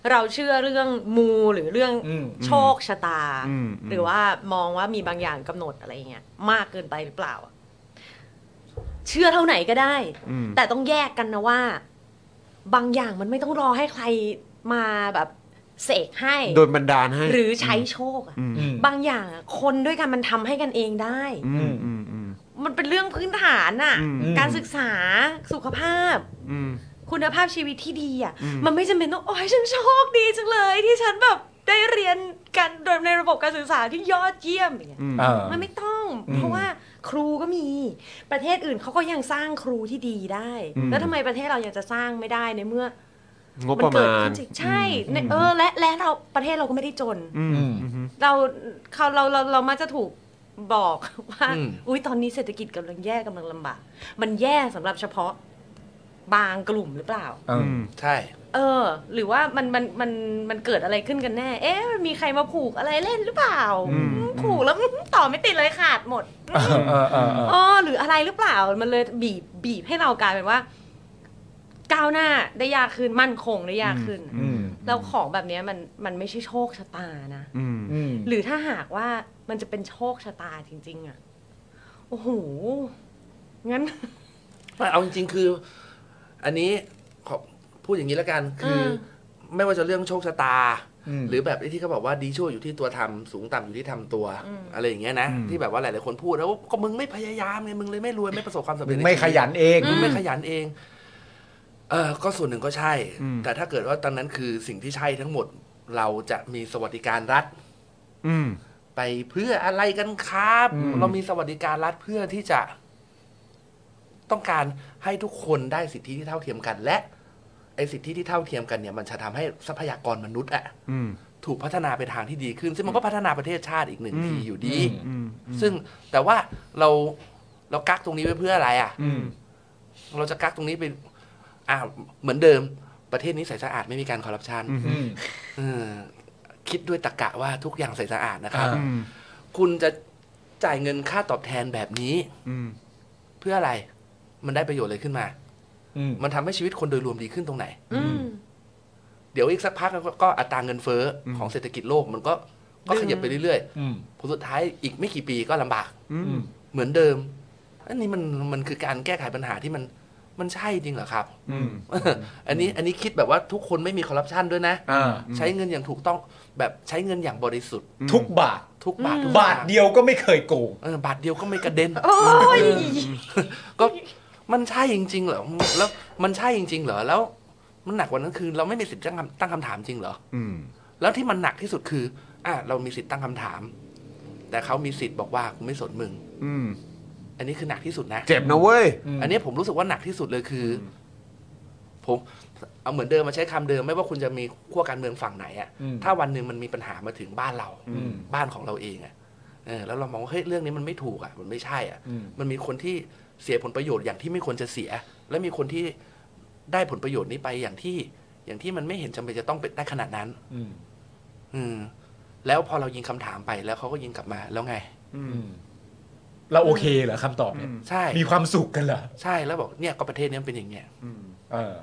เราเชื่อเรื่องมูหรือเรื่องโชคชะตาหรือว่ามองว่ามีบางอย่างกำหนดอะไรเงี้ยมากเกินไปหรือเปล่าเชื่อเท่าไหนก็ได้แต่ต้องแยกกันนะว่าบางอย่างมันไม่ต้องรอให้ใครมาแบบเสกให้โดนบันดาลให้หรือใช้โชคอะบางอย่างคนด้วยกันมันทำให้กันเองได้มันเป็นเรื่องพื้นฐานน่ะการศึกษาสุขภาพคุณภาพชีวิตที่ดีอ่ะมันไม่จำเป็นต้องโอ้ยฉันโชคดีจังเลยที่ฉันแบบได้เรียนกันโดยในระบบการศึกษาที่ยอดเยี่ยมอย่างเงี้ยมันไม่ต้องเพราะว่าครูก็มีประเทศอื่นเขาก็ยังสร้างครูที่ดีได้แล้วทำไมประเทศเรายังจะสร้างไม่ได้ในเมื่องบประมาณใช่เออและและเราประเทศเราก็ไม่ได้จนเราเขาเราเราเรามักจะถูกบอกว่าอุ้ยตอนนี้เศรษฐกิจกำลังแย่กำลังลำบากมันแย่สำหรับเฉพาะบางกลุ่มหรือเปล่าใช่เออหรือว่ามันมันมันมันเกิดอะไรขึ้นกันแน่เอ๊ะมันมีใครมาผูกอะไรเล่นหรือเปล่าผูกแล้วต่อไม่ติดเลยขาดหมดอ๋อหรืออะไรหรือเปล่ามันเลยบีบบีบให้เรากลายเป็นว่าก้าวหน้าได้ยากขึ้นมั่นคงได้ยากขึ้นแล้วของแบบนี้มันมันไม่ใช่โชคชะตานะหรือถ้าหากว่ามันจะเป็นโชคชะตาจริงๆอ่ะโอ้โหงั้นเอาจริงๆคืออันนี้ขอพูดอย่างนี้แล้วกันคือไม่ว่าจะเรื่องโชคชะตาหรือแบบที่เขาบอกว่าดีชั่วอยู่ที่ตัวทำสูงต่ำอยู่ที่ทำตัวอะไรอย่างเงี้ยนะที่แบบว่าหลายๆคนพูดแล้วก็มึงไม่พยายามไงมึงเลยไม่รวยไม่ประสบความสำเร็จไม่ขยันเองมึงไม่ขยันเองเออก็ส่วนหนึ่งก็ใช่แต่ถ้าเกิดว่าตอนนั้นคือสิ่งที่ใช่ทั้งหมดเราจะมีสวัสดิการรัฐไปเพื่ออะไรกันครับเรามีสวัสดิการรัฐเพื่อที่จะต้องการให้ทุกคนได้สิทธิที่เท่าเทียมกันและไอ้สิทธิที่เท่าเทียมกันเนี่ยมันจะทำให้ทรัพยากรมนุษย์อะถูกพัฒนาไปทางที่ดีขึ้นซึ่งมันก็พัฒนาประเทศชาติอีกหนึ่งทีอยู่ดีซึ่งแต่ว่าเราเรากักตรงนี้ไว้เพื่ออะไรอ่ะเราจะกักตรงนี้ไปอ่าเหมือนเดิมประเทศนี้ใสสะอาดไม่มีการคอร์รัปชันคิดด้วยตรรกะว่าทุกอย่างใสสะอาดนะครับคุณจะจ่ายเงินค่าตอบแทนแบบนี้เพื่ออะไรมันได้ประโยชน์อะไรขึ้นมามันทำให้ชีวิตคนโดยรวมดีขึ้นตรงไหนเดี๋ยวอีกสักพักก็อัตราเงินเฟ้อของเศรษฐกิจโลกมันก็ก็ขยับไปเรื่อยๆผลสุดท้ายอีกไม่กี่ปีก็ลำบากเหมือนเดิมอันนี้มันมันคือการแก้ไขปัญหาที่มันมันใช่จริงเหรอครับอันนี้อันนี้คิดแบบว่าทุกคนไม่มีคอร์รัปชันด้วยนะใช้เงินอย่างถูกต้องแบบใช้เงินอย่างบริสุทธิ์ทุกบาททุกบาทบาทเดียวก็ไม่เคยโกงบาทเดียวก็ไม่กระเด็นก็มันใช่จริงๆเหรอแล้วมันใช่จริงๆเหรอแล้วมันหนักกว่านั้นคือเราไม่มีสิทธิ์ตั้งตั้งคำถามจริงเหรอแล้วที่มันหนักที่สุดคืออ่ะเรามีสิทธิ์ตั้งคำถามแต่เขามีสิทธิ์บอกว่ากูไม่สนมึงอันนี้คือหนักที่สุดนะเจ็บนะเว้ยอันนี้ผมรู้สึกว่าหนักที่สุดเลยคือผมเอาเหมือนเดิมมาใช้คำเดิมไม่ว่าคุณจะมีขั้วการเมืองฝั่งไหนอ่ะถ้าวันหนึ่งมันมีปัญหามาถึงบ้านเราบ้านของเราเองอ่ะเออแล้วเรามองว่าเฮ้ยเรื่องนี้มันไม่ถูกอ่ะมันไม่ใช่อ่ะมันมีคนที่เสียผลประโยชน์อย่างที่ไม่ควรจะเสียและมีคนที่ได้ผลประโยชน์นี้ไปอย่างที่อย่างที่มันไม่เห็นจำเป็นจะต้องเป็นได้ขนาดนั้นอืมแล้วพอเรายิงคำถามไปแล้วเขาก็ยิงกลับมาแล้วไงเราโอเคเหรอคำตอบเนี่ยใช่มีความสุขกันเหรอใช่แล้วบอกเนี่ยก็ประเทศนี้มันเป็นอย่างเงี้ยเออ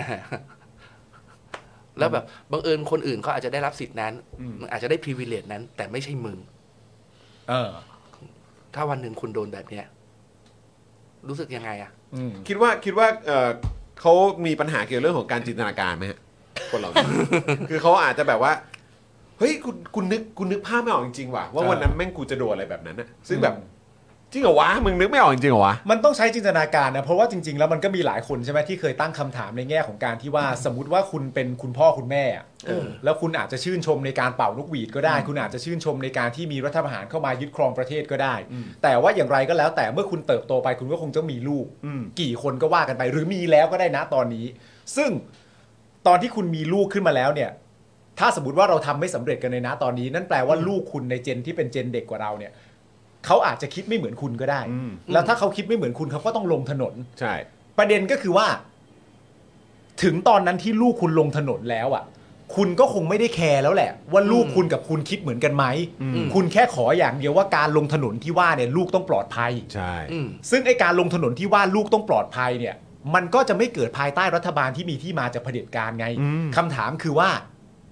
แล้วแบบบังเอิญคนอื่นเขาอาจจะได้รับสิทธินั้นอาจจะได้ privilege นั้นแต่ไม่ใช่มึงเออถ้าวันหนึ่งคุณโดนแบบเนี้ยรู้สึกยังไงอ่ะคิดว่าคิดว่าเออเขามีปัญหาเกี่ยวกับเรื่องของการจินตนาการไหมฮะคนเรา คือเขาอาจจะแบบว่าเฮ้ยคุณคุณนึกคุณนึกภาพไม่ออกจริงๆว่ะว่าวันนั้นแม่งกูจะโดนอะไรแบบนั้นนะซึ่งแบบจริงเหรอวะมึงนึกไม่ออกจริงเหรอวะมันต้องใช้จินตนาการนะเพราะว่าจริงๆแล้วมันก็มีหลายคนใช่ไหมที่เคยตั้งคำถามในแง่ของการที่ว่าสมมุติว่าคุณเป็นคุณพ่อคุณแม่แล้วคุณอาจจะชื่นชมในการเป่านกหวีดก็ได้คุณอาจจะชื่นชมในการที่มีรัฐประหารเข้ามายึดครองประเทศก็ได้แต่ว่าอย่างไรก็แล้วแต่เมื่อคุณเติบโตไปคุณก็คงจะมีลูกกี่คนก็ว่ากันไปหรือมีแล้วก็ได้นะตอนนี้ซึ่งตอนที่คุณมีลูกขึ้นมาแล้วเนี่ยถ้าสมมติว่าเราทำไม่สำเร็จกันในนะตอนนี้นั่นแปลว่าลูกคุณในเจนที่เป็นเจนเด็กกว่าเราเนี่ยเขาอาจจะคิดไม่เหมือนคุณก็ได้แล้วถ้าเขาคิดไม่เหมือนคุณเขาก็ต้องลงถนนใช่ประเด็นก็คือว่าถึงตอนนั้นที่ลูกคุณลงถนนแล้วอ่ะคุณก็คงไม่ได้แคร์แล้วแหละว่าลูกคุณกับคุณคิดเหมือนกันไหมคุณแค่ขออย่างเดียวว่าการลงถนนที่ว่าเนี่ยลูกต้องปลอดภัยใช่ซึ่งไอการลงถนนที่ว่าลูกต้องปลอดภัยเนี่ยมันก็จะไม่เกิดภายใต้รัฐบาลที่มีที่มาจากเผด็จการไงคำถามคือว่า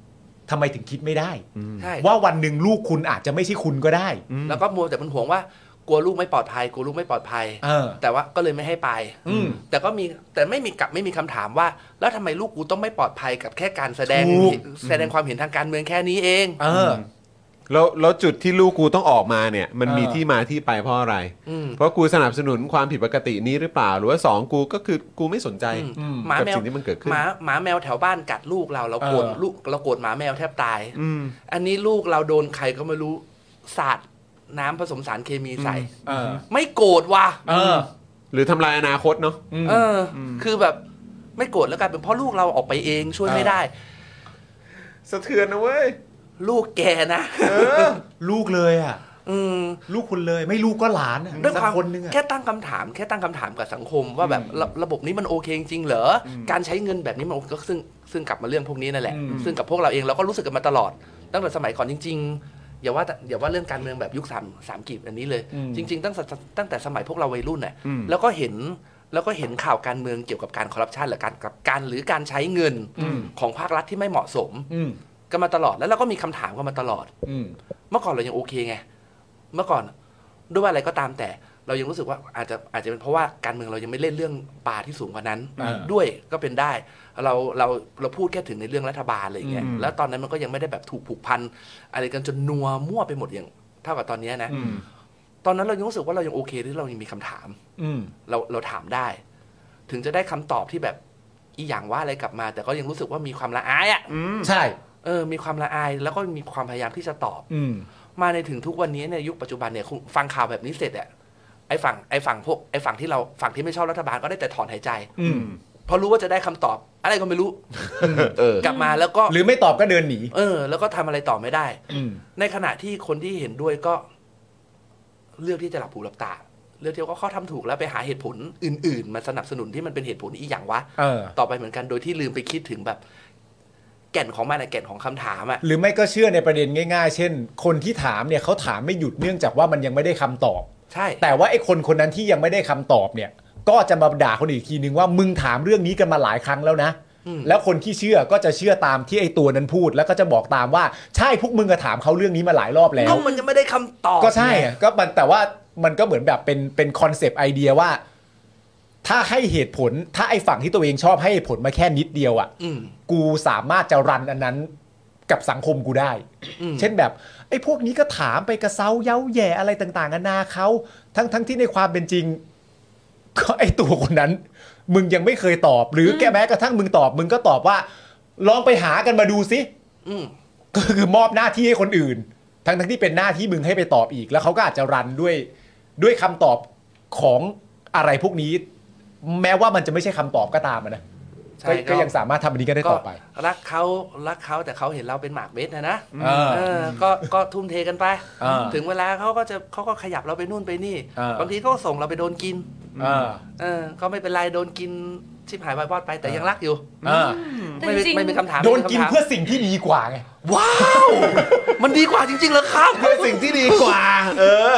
ทำไมถึงคิดไม่ได้ใช่ว่าวันหนึ่งลูกคุณอาจจะไม่ใช่คุณก็ได้แล้วก็มัวแต่เป็นห่วงว่ากลัวลูกไม่ปลอดภัยกลัวลูกไม่ปลอดภัยแต่ว่าก็เลยไม่ให้ไปแต่ก็มีแต่ไม่มีกลับไม่มีคำถามว่าแล้วทำไมลูกกูต้องไม่ปลอดภัยกับแค่การแสดงแสดงความเห็นทางการเมืองแค่นี้เองเออแล้วแล้วจุดที่ลูกกูต้องออกมาเนี่ยมันมีที่มาที่ไปเพราะอะไรเพราะกูสนับสนุนความผิดปกตินี้หรือเปล่าหรือว่าสองกูก็คือกูไม่สนใจกับสิ่งที่มันเกิดขึ้นหมาหมาแมวแถวบ้านกัดลูกเราเราโกรธลูกเราโกรธหมาแมวแทบตายอันนี้ลูกเราโดนใครก็ไม่รู้สาดน้ำผสมสารเคมีใส่ไม่โกรธว่ะหรือทำลายอนาคตเนาะเออคือแบบไม่โกรธแล้วกันเป็นเพราะลูกเราออกไปเองช่วยไม่ได้สะเทือนนะเว้ยลูกแกนะลูกเลยอ่ะลูกคุณเลยไม่ลูกก็หลานด้วยความคนนึงแค่ตั้งคำถามแค่ตั้งคำถามกับสังคมว่าแบบระบบนี้มันโอเคจริงเหรอการใช้เงินแบบนี้มันก็ซึ่งซึ่งกลับมาเรื่องพวกนี้นั่นแหละซึ่งกับพวกเราเองเราก็รู้สึกกันมาตลอดตั้งแต่สมัยก่อนจริงๆอย่าว่าอย่าว่าเรื่องการเมืองแบบยุคสามสามกีบอันนี้เลยจริงๆตั้งแต่ตั้งแต่สมัยพวกเราวัยรุ่นเนี่ยแล้วก็เห็นแล้วก็เห็นข่าวการเมืองเกี่ยวกับการคอร์รัปชันหรือการกับการหรือการใช้เงินของภาครัฐที่ไม่เหมาะสมกันมาตลอดแล้วเราก็มีคำถามกันมาตลอดเมื่อก่อนเรายังโอเคไงเมื่อก่อนด้วยว่าอะไรก็ตามแต่เรายังรู้สึกว่าอาจจะอาจจะเป็นเพราะว่าการเมืองเรายังไม่เล่นเรื่องปลาที่สูงกว่านั้นด้วยก็เป็นได้เราเราเราพูดแค่ถึงในเรื่องรัฐบาลอะไรอย่างเงี้ยแล้วตอนนั้นมันก็ยังไม่ได้แบบถูกผูกพันอะไรกันจนนัวมั่วไปหมดอย่างเท่ากับตอนนี้นะตอนนั้นเรายังรู้สึกว่าเรายังโอเคที่เรายังมีคำถามเราเราถามได้ ถึงจะได้คำตอบที่แบบอีอย่างว่าอะไรกลับมาแต่ก็ยังรู้สึกว่ามีความละอายอ่ะใช่เออมีความละอายแล้วก็มีความพยายามที่จะตอบมาในถึงทุกวันนี้ในยุคปัจจุบันเนี่ยฟังข่าวแบบนี้เสร็จอ่ะไอ้ฝั่งไอ้ฝั่งพวกไอ้ฝั่งที่เราฝั่งที่ไม่ชอบรัฐบาลก็ได้แต่ถอนหายใจเพราะรู้ว่าจะได้คำตอบอะไรก็ไม่รู้กลับมาแล้วก็หรือไม่ตอบก็เดินหนีเออแล้วก็ทำอะไรต่อไม่ได้ในขณะที่คนที่เห็นด้วยก็เลือกที่จะหลับหูหลับตาเลือกที่ว่าเขาทำถูกแล้วไปหาเหตุผลอื่นๆมาสนับสนุนที่มันเป็นเหตุผลอีกอย่างวะต่อไปเหมือนกันโดยที่ลืมไปคิดถึงแบบแก่นของมันอะแก่นของคำถามอะหรือไม่ก็เชื่อในประเด็นง่ายๆเช่นคนที่ถามเนี่ยเขาถามไม่หยุดเนื่องจากว่ามันยังไม่ได้คำตอบใช่แต่ว่าไอ้คนคนนั้นที่ยังไม่ได้คำตอบเนี่ยก็จะมาด่าคนอีกทีนึงว่ามึงถามเรื่องนี้กันมาหลายครั้งแล้วนะแล้วคนที่เชื่อก็จะเชื่อตามที่ไอ้ตัวนั้นพูดแล้วก็จะบอกตามว่าใช่พวกมึงก็ถามเขาเรื่องนี้มาหลายรอบแล้วก็มันยังไม่ได้คำตอบก็ใช่ก็มันแต่ว่ามันก็เหมือนแบบเป็นเป็นคอนเซปต์ไอเดียว่าถ้าให้เหตุผลถ้าไอ้ฝั่งที่ตัวเองชอบให้เหตุผลมาแค่นิดเดียวอ่ะกูสามารถจะรันอันนั้นกับสังคมกูได้เช่นแบบไอ้พวกนี้ก็ถามไปกระเซ้าเย้าแย่อะไรต่างๆนานาเขาทั้งทั้งที่ในความเป็นจริงก็ไอ้ตัวคนนั้นมึงยังไม่เคยตอบหรือแกแม้กระทั่งมึงตอบมึงก็ตอบว่าลองไปหากันมาดูสิก็คือมอบหน้าที่ให้คนอื่นทั้งทั้งที่เป็นหน้าที่มึงให้ไปตอบอีกแล้วเขาก็อาจจะรันด้วยด้วยคำตอบของอะไรพวกนี้แม้ว่ามันจะไม่ใช่คำตอบก็ตามนะก็ยังสามารถทำอันนี้ก็ได้ต่อไปรักเขารักเขาแต่เขาเห็นเราเป็นหมากเม็ดนะนะก็ก็ทุ่มเทกันไปถึงเวลาเขาก็จะเขาก็ขยับเราไปนู่นไปนี่บางทีก็ส่งเราไปโดนกินเออก็ไม่เป็นไรโดนกินชิบหายวายบอดไปแต่ยังรักอยู่ไม่ไม่มีคำถามโดนกินเพื่อสิ่งที่ดีกว่าไงว้าวมันดีกว่าจริงๆเหรอครับเพื่อสิ่งที่ดีกว่าเออ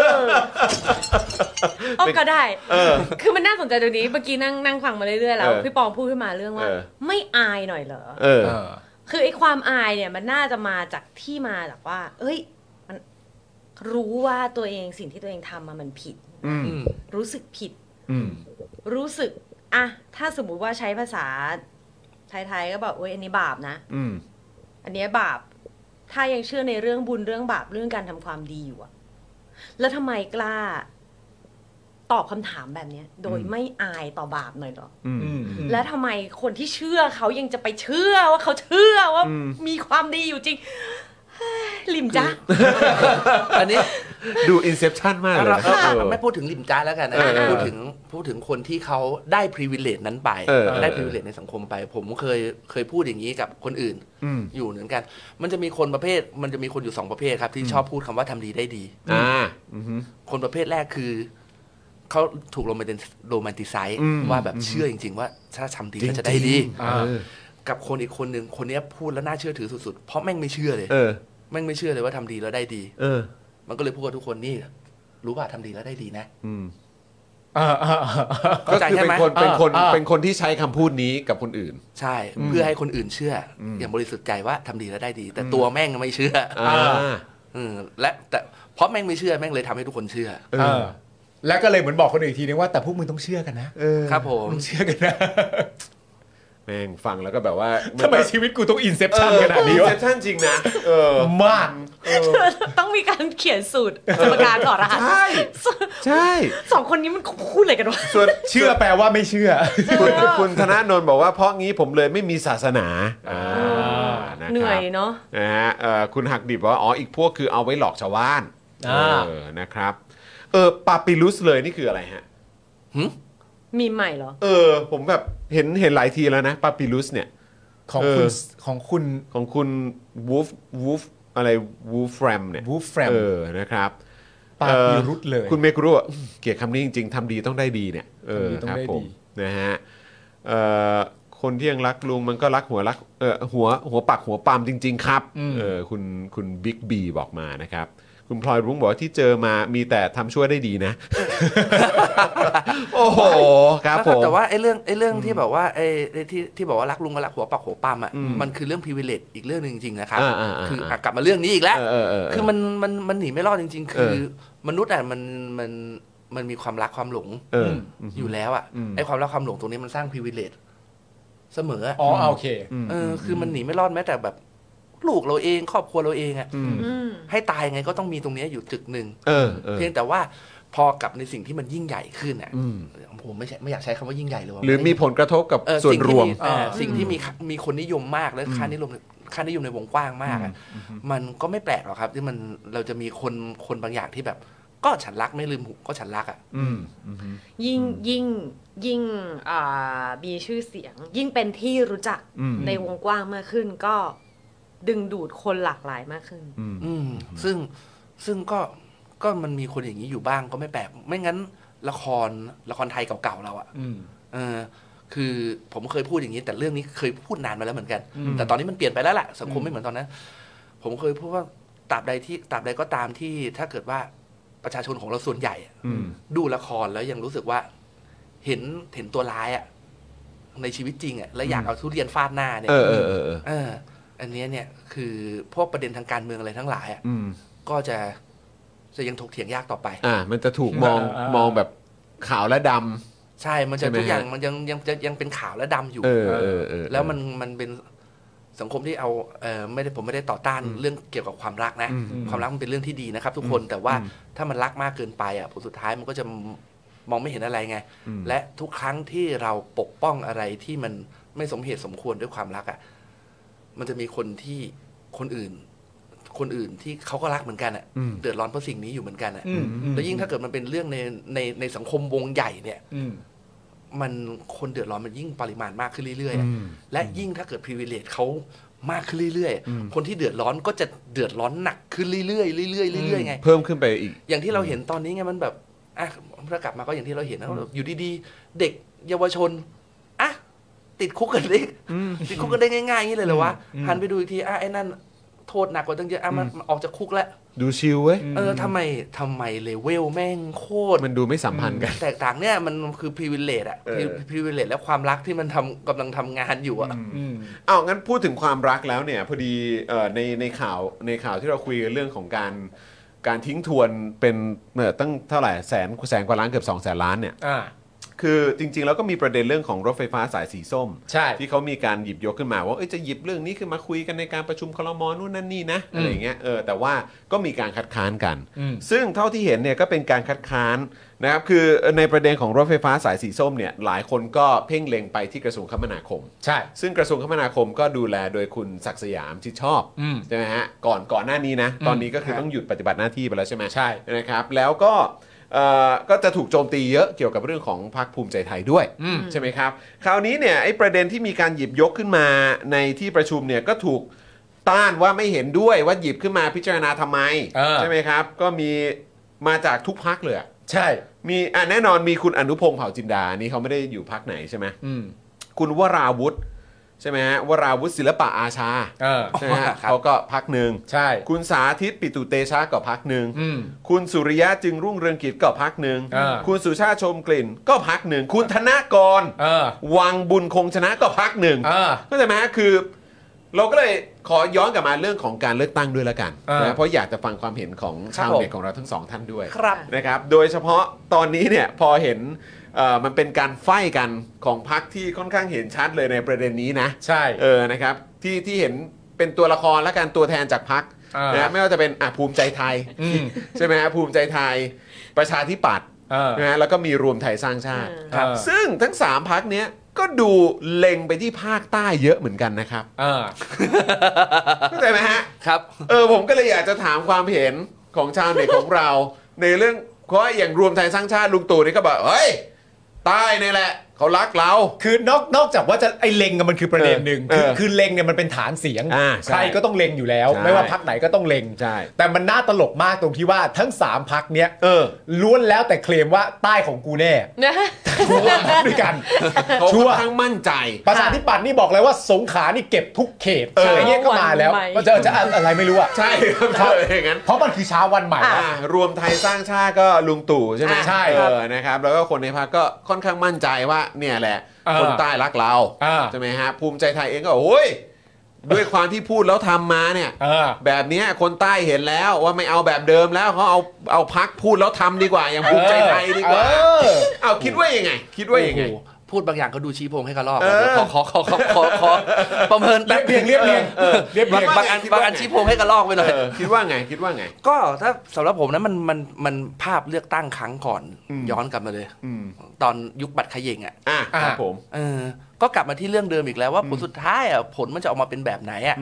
อ๋อก็ได้คือมันน่าสนใจตรงนี้เมื่อกี้นั่งนั่งฟังมาเรื่อยๆแล้วพี่ปองพูดขึ้นมาเรื่องว่าไม่อายหน่อยเหรอคือไอ้ความอายเนี่ยมันน่าจะมาจากที่มาจากว่าเอ้ยมันรู้ว่าตัวเองสิ่งที่ตัวเองทำมามันผิดรู้สึกผิดรู้สึกอะถ้าสมมุติว่าใช้ภาษาไทยๆก็แบบโอ๊ยอันนี้บาปนะอันนี้บาปถ้ายังเชื่อในเรื่องบุญเรื่องบาปเรื่องการทำความดีอยู่อะแล้วทำไมกล้าตอบคำถามแบบนี้โดยไม่อายต่อบาปหน่อยหรอแล้วทำไมคนที่เชื่อเขายังจะไปเชื่อว่าเขาเชื่อว่ามีความดีอยู่จริงลิมจ้าอันนี้ดู Inception มากเลยนะไม่พูดถึงลิมจ้าแล้วกันนะพูดถึงพูดถึงคนที่เขาได้ privilege นั้นไปได้ privilege ในสังคมไปผมเคยเคยพูดอย่างนี้กับคนอื่นอยู่เหมือนกันมันจะมีคนประเภทมันจะมีคนอยู่สองประเภทครับที่ชอบพูดคำว่าทำดีได้ดีคนประเภทแรกคือเขาถูกโรแมนติโรแมนติไซส์ว่าแบบเชื่อจริงๆว่าถ้าทำดีก็จะได้ดีกับคนอีกคนหนึ่งคนนี้พูดแล้วน่าเชื่อถือสุดๆเพราะแม่งไม่เชื่อเลยแม่งไม่เชื่อเลยว่าทำดีแล้วได้ดีมันก็เลยพูดกับทุกคนนี่รู้ป่ะทำดีแล้วได้ดีนะก็คือเป็นคนเป็นคนเป็นคนที่ใช้คำพูดนี้กับคนอื่นใช่เพื่อให้คนอื่นเชื่ออย่างบริสุทธิ์ใจว่าทำดีแล้วได้ดีแต่ตัวแม่งไม่เชื่อและแต่เพราะแม่งไม่เชื่อแม่งเลยทำให้ทุกคนเชื่อแล้วก็เลยเหมือนบอกคนอื่นอีกทีนึงว่าแต่พวกมึงต้องเชื่อกันนะครับผมต้องเชื่อกันนะแม่งฟังแล้วก็แบบว่าทำไมชีวิตกูต้องอินเซปชั่นขนาดนี้วะอินเซปชั่นจริงนะเออมากต้องมีการเขียนสูตรสมการต่อรหัสใช่ใช่สองคนนี้มันพูดอะไรกันวะส่วนเชื่อแปลว่าไม่เชื่อคุณคุณธนาโนนบอกว่าเพราะงี้ผมเลยไม่มีศาสนาเหนื่อยเนาะนะฮะคุณหักดิบว่าอ๋ออีกพวกคือเอาไว้หลอกชาวบ้านเออนะครับเออปาปิลุสเลยนี่คืออะไรฮะมีใหม่เหรอเออผมแบบเห็นเห็นหลายทีแล้วนะปาปิลุสเนี่ยของคุณของคุณของคุณวูฟวูฟอะไรวูฟแฟรมเนี่ยวูฟแฟรมเออนะครับปาปิลุสเลยคุณเมกุรุเกลียดคำนี้จริงๆทำดีต้องได้ดีเนี่ยเออครับผมนะฮะเอ่อคนที่ยังรักลุงมันก็รักหัวรักเออหัวหัวปักหัวปามจริงๆครับเออคุณคุณบิ๊กบีบอกมานะครับคุณพลอยรุ้งบอกว่าที่เจอมามีแต่ทำช่วยได้ดีนะโอ้โหครับผมแต่ว่าไอ้เรื่องไอ้เรื่องที่แบบว่าไอ้ที่ที่บอกว่ารักลุงก็รักหัวปักหัวปั๊มอ่ะมันคือเรื่อง privilege อีกเรื่องนึงจริงๆนะครับคือกลับมาเรื่องนี้อีกแล้วคือมันมันมันหนีไม่รอดจริงๆคือมนุษย์อ่ะมันมันมันมีความรักความหลงอยู่แล้วอ่ะไอ้ความรักความหลงตรงนี้มันสร้าง privilege เสมออ๋อโอเคเออคือมันหนีไม่รอดแม้แต่แบบลูกเราเองครอบครัวเราเองอ่ะให้ตายไงก็ต้องมีตรงนี้อยู่จุดหนึ่งเพียงแต่ว่าพอกับในสิ่งที่มันยิ่งใหญ่ขึ้นอ่ะผมไม่ใช่ไม่อยากใช้คำว่ายิ่งใหญ่เลยหรือมีผลกระทบกับส่วนรวมสิ่งที่มีมีคนนิยมมากและค่านิยมค่านิยมในวงกว้างมากมันก็ไม่แปลกหรอกครับที่มันเราจะมีคนคนบางอย่างที่แบบก็ฉันรักไม่ลืมก็ฉันรักอ่ะยิ่งยิ่งยิ่งมีชื่อเสียงยิ่งเป็นที่รู้จักในวงกว้างมากขึ้นก็ดึงดูดคนหลากหลายมากขึ้นอืมซึ่งซึ่งก็ก็มันมีคนอย่างนี้อยู่บ้างก็ไม่แปลกไม่งั้นละครละครไทยเก่าๆเราอ่ะเออคือผมเคยพูดอย่างนี้แต่เรื่องนี้เคยพูดนานมาแล้วเหมือนกันแต่ตอนนี้มันเปลี่ยนไปแล้วแหละสังคมไม่เหมือนตอนนั้นผมเคยพูดว่าตราบใดที่ตราบใดก็ตามที่ถ้าเกิดว่าประชาชนของเราส่วนใหญ่ดูละครแล้วยังรู้สึกว่าเห็นเห็นตัวร้ายอ่ะในชีวิตจริงอ่ะแล้วอยากเอาทุเรียนฟาดหน้าเนี่ยเออเออเออเอออันนี้เนี่ยคือพวกประเด็นทางการเมืองอะไรทั้งหลายอ่ะก็จะจะยังถกเถียงยากต่อไปอ่ามันจะถูกมองมองแบบขาวและดำใช่มันจะทุกอย่างมันยังยังจะยังเป็นขาวและดำอยู่แล้วมันมันเป็นสังคมที่เอาเอ่อไม่ได้ผมไม่ได้ต่อต้านเรื่องเกี่ยวกับความรักนะความรักมันเป็นเรื่องที่ดีนะครับทุกคนแต่ว่าถ้ามันรักมากเกินไปอ่ะผลสุดท้ายมันก็จะมองไม่เห็นอะไรไงและทุกครั้งที่เราปกป้องอะไรที่มันไม่สมเหตุสมควรด้วยความรักอ่ะมันจะมีคนที่คนอื่นคนอื่นที่เขาก็รักเหมือนกันอ่ะเดือดร้อนเพราะสิ่งนี้อยู่เหมือนกันอ่ะแล้วยิ่งถ้าเกิดมันเป็นเรื่องในในในสังคมวงใหญ่เนี่ยมันคนเดือดร้อนมันยิ่งปริมาณมากขึ้นเรื่อยๆและยิ่งถ้าเกิด privilege เขามากขึ้นเรื่อยๆคนที่เดือดร้อนก็จะเดือดร้อนหนักขึ้นเรื่อยๆเรื่อยๆเรื่อยๆไงเพิ่มขึ้นไปอีกอย่างที่เราเห็นตอนนี้ไงมันแบบอ่ะพอกลับมาก็อย่างที่เราเห็นนะอยู่ดีๆเด็กเยาวชนอ่ะติดคุกกันได้ติดคุกกันได้ง่ายๆอย่างนี้เลยเหรอวะหันไปดูอีกทีอ่ะไอ้นั่นโทษหนักกว่าตั้งเยอะอ่ะมันออกจากคุกแล้วดูชิลเว้ยเออทำไมทำไมเลเวลแม่งโคตรมันดูไม่สัมพันธ์กันแตกต่างเนี่ยมันคือ privilege อ่ะ privilege และความรักที่มันทำกำลังทำงานอยู่อ่ะอ้าวงั้นพูดถึงความรักแล้วเนี่ยพอดีเอ่อในในข่าวในข่าวที่เราคุยกันเรื่องของการการทิ้งทวนเป็นเอ่อตั้งเท่าไหร่แสนแสนกว่าล้านเกือบสองแสนล้านเนี่ยคือจริงๆแล้วก็มีประเด็นเรื่องของรถไฟฟ้าสายสีส้มที่เขามีการหยิบยกขึ้นมาว่าเอ้ยจะหยิบเรื่องนี้ขึ้นมาคุยกันในการประชุมครม.นู่นนั่นนี่นะอะไรอย่างเงี้ยเออแต่ว่าก็มีการคัดค้านกันซึ่งเท่าที่เห็นเนี่ยก็เป็นการคัดค้านนะครับคือในประเด็นของรถไฟฟ้าสายสีส้มเนี่ยหลายคนก็เพ่งเล็งไปที่กระทรวงคมนาคมใช่ซึ่งกระทรวงคมนาคมก็ดูแลโดยคุณศักดิ์สยามชิดชอบใช่ไหมฮะก่อนก่อนหน้านี้นะตอนนี้ก็คือต้องหยุดปฏิบัติหน้าที่ไปแล้วใช่ไหมใช่นะครับแล้วก็ก็จะถูกโจมตีเยอะเกี่ยวกับเรื่องของพรรคภูมิใจไทยด้วยใช่ไหมครับคราวนี้เนี่ยไอ้ประเด็นที่มีการหยิบยกขึ้นมาในที่ประชุมเนี่ยก็ถูกต้านว่าไม่เห็นด้วยว่าหยิบขึ้นมาพิจารณาทำไมใช่ไหมครับก็มีมาจากทุกพรรคเลยใช่มีอ่ะแน่นอนมีคุณอนุพงษ์เผ่าจินดานี่เขาไม่ได้อยู่พรรคไหนใช่ไหมคุณวราวุธใช่ไหมฮะวราวุฒิศิลปะอาชาใช่ไหมฮะเขาก็พักหนึ่งใช่คุณสาธิตปิตุเตชะก็พักหนึ่งคุณสุริยะจึงรุ่งเรืองกิจก็พักหนึ่งคุณสุชาติชมกลิ่นก็พักหนึ่งคุณธนกรวังบุญคงชนะก็พักหนึ่งเข้าใจไหมฮะคือเราก็เลยขอย้อนกลับมาเรื่องของการเลือกตั้งด้วยแล้วกันนะเพราะอยากจะฟังความเห็นของชาวเน็ตของเราทั้งสองท่านด้วยนะครับโดยเฉพาะตอนนี้เนี่ยพอเห็นมันเป็นการไฟกันของพรรคที่ค่อนข้างเห็นชัดเลยในประเด็นนี้นะใช่เออนะครับที่ที่เห็นเป็นตัวละครและการตัวแทนจากพรรคนะไม่ว่าจะเป็นอ่ะภูมิใจไทยใช่ไหมฮะภูมิใจไทยประชาธิปัตย์นะแล้วก็มีรวมไทยสร้างชาติซึ่งทั้งสามพรรคเนี้ยก็ดูเล็งไปที่ภาคใต้เยอะเหมือนกันนะครับเข้าใจไหมฮะครับเออผมก็เลยอยากจะถามความเห็นของชาวเน็ตของเราในเรื่องเพราะอย่างรวมไทยสร้างชาติลุงตู่นี่ก็บอกเฮ้ยใต้นี่แหละเขารักเราคือนอกนอกจากว่าจะไอเล็งมันคือประเด็นหนึ่งคือคือเล็งเนี่ยมันเป็นฐานเสียงใครก็ต้องเล็งอยู่แล้วไม่ว่าพรรคไหนก็ต้องเล็งแต่มันน่าตลกมากตรงที่ว่าทั้งสามพรรคเนี้ยล้วนแล้วแต่เคลมว่าใต้ของกูแน่ด้วยกันชัวร์ทั้งมั่นใจประชาธิปัตย์นี่บอกเลยว่าสงขลานี่เก็บทุกเขตอะไรเงี้ยก็มาแล้วก็จะจะอะไรไม่รู้อ่ะใช่ครับอย่างนั้นเพราะมันคือเช้าวันใหม่รวมไทยสร้างชาติก็ลุงตู่ใช่ไหมใช่นะครับแล้วก็คนในพรรคก็ค่อนข้างมั่นใจว่าเนี่ยแหละคนใต้รักเราใช่ไหมฮะภูมิใจไทยเองก็โอ้ยด้วยความที่พูดแล้วทำมาเนี่ยแบบนี้คนใต้เห็นแล้วว่าไม่เอาแบบเดิมแล้วเขาเอาเอาพักพูดแล้วทำดีกว่าอย่างภูมิใจไทยดีกว่าเอาคิดว่ายังไงคิดว่ายังไงพูดบางอย่างก็ดูชี้โพงให้กระลอกขอขอขอขอขอขอประเมินเรียบเรียงเรียบเรียงเรียบเรียงบางอันบางอันชี้โพงให้กระลอกไปหน่อยคิดว่าไงคิดว่าไงก็ถ้าสำหรับผมนะมันมันมันภาพเลือกตั้งครั้งก่อนย้อนกลับมาเลยตอนยุคบัตรเขย่งอ่ะครับผมเออก็กลับมาที่เรื่องเดิมอีกแล้วว่าผลสุดท้ายอ่ะผลมันจะออกมาเป็นแบบไหนอ่ะ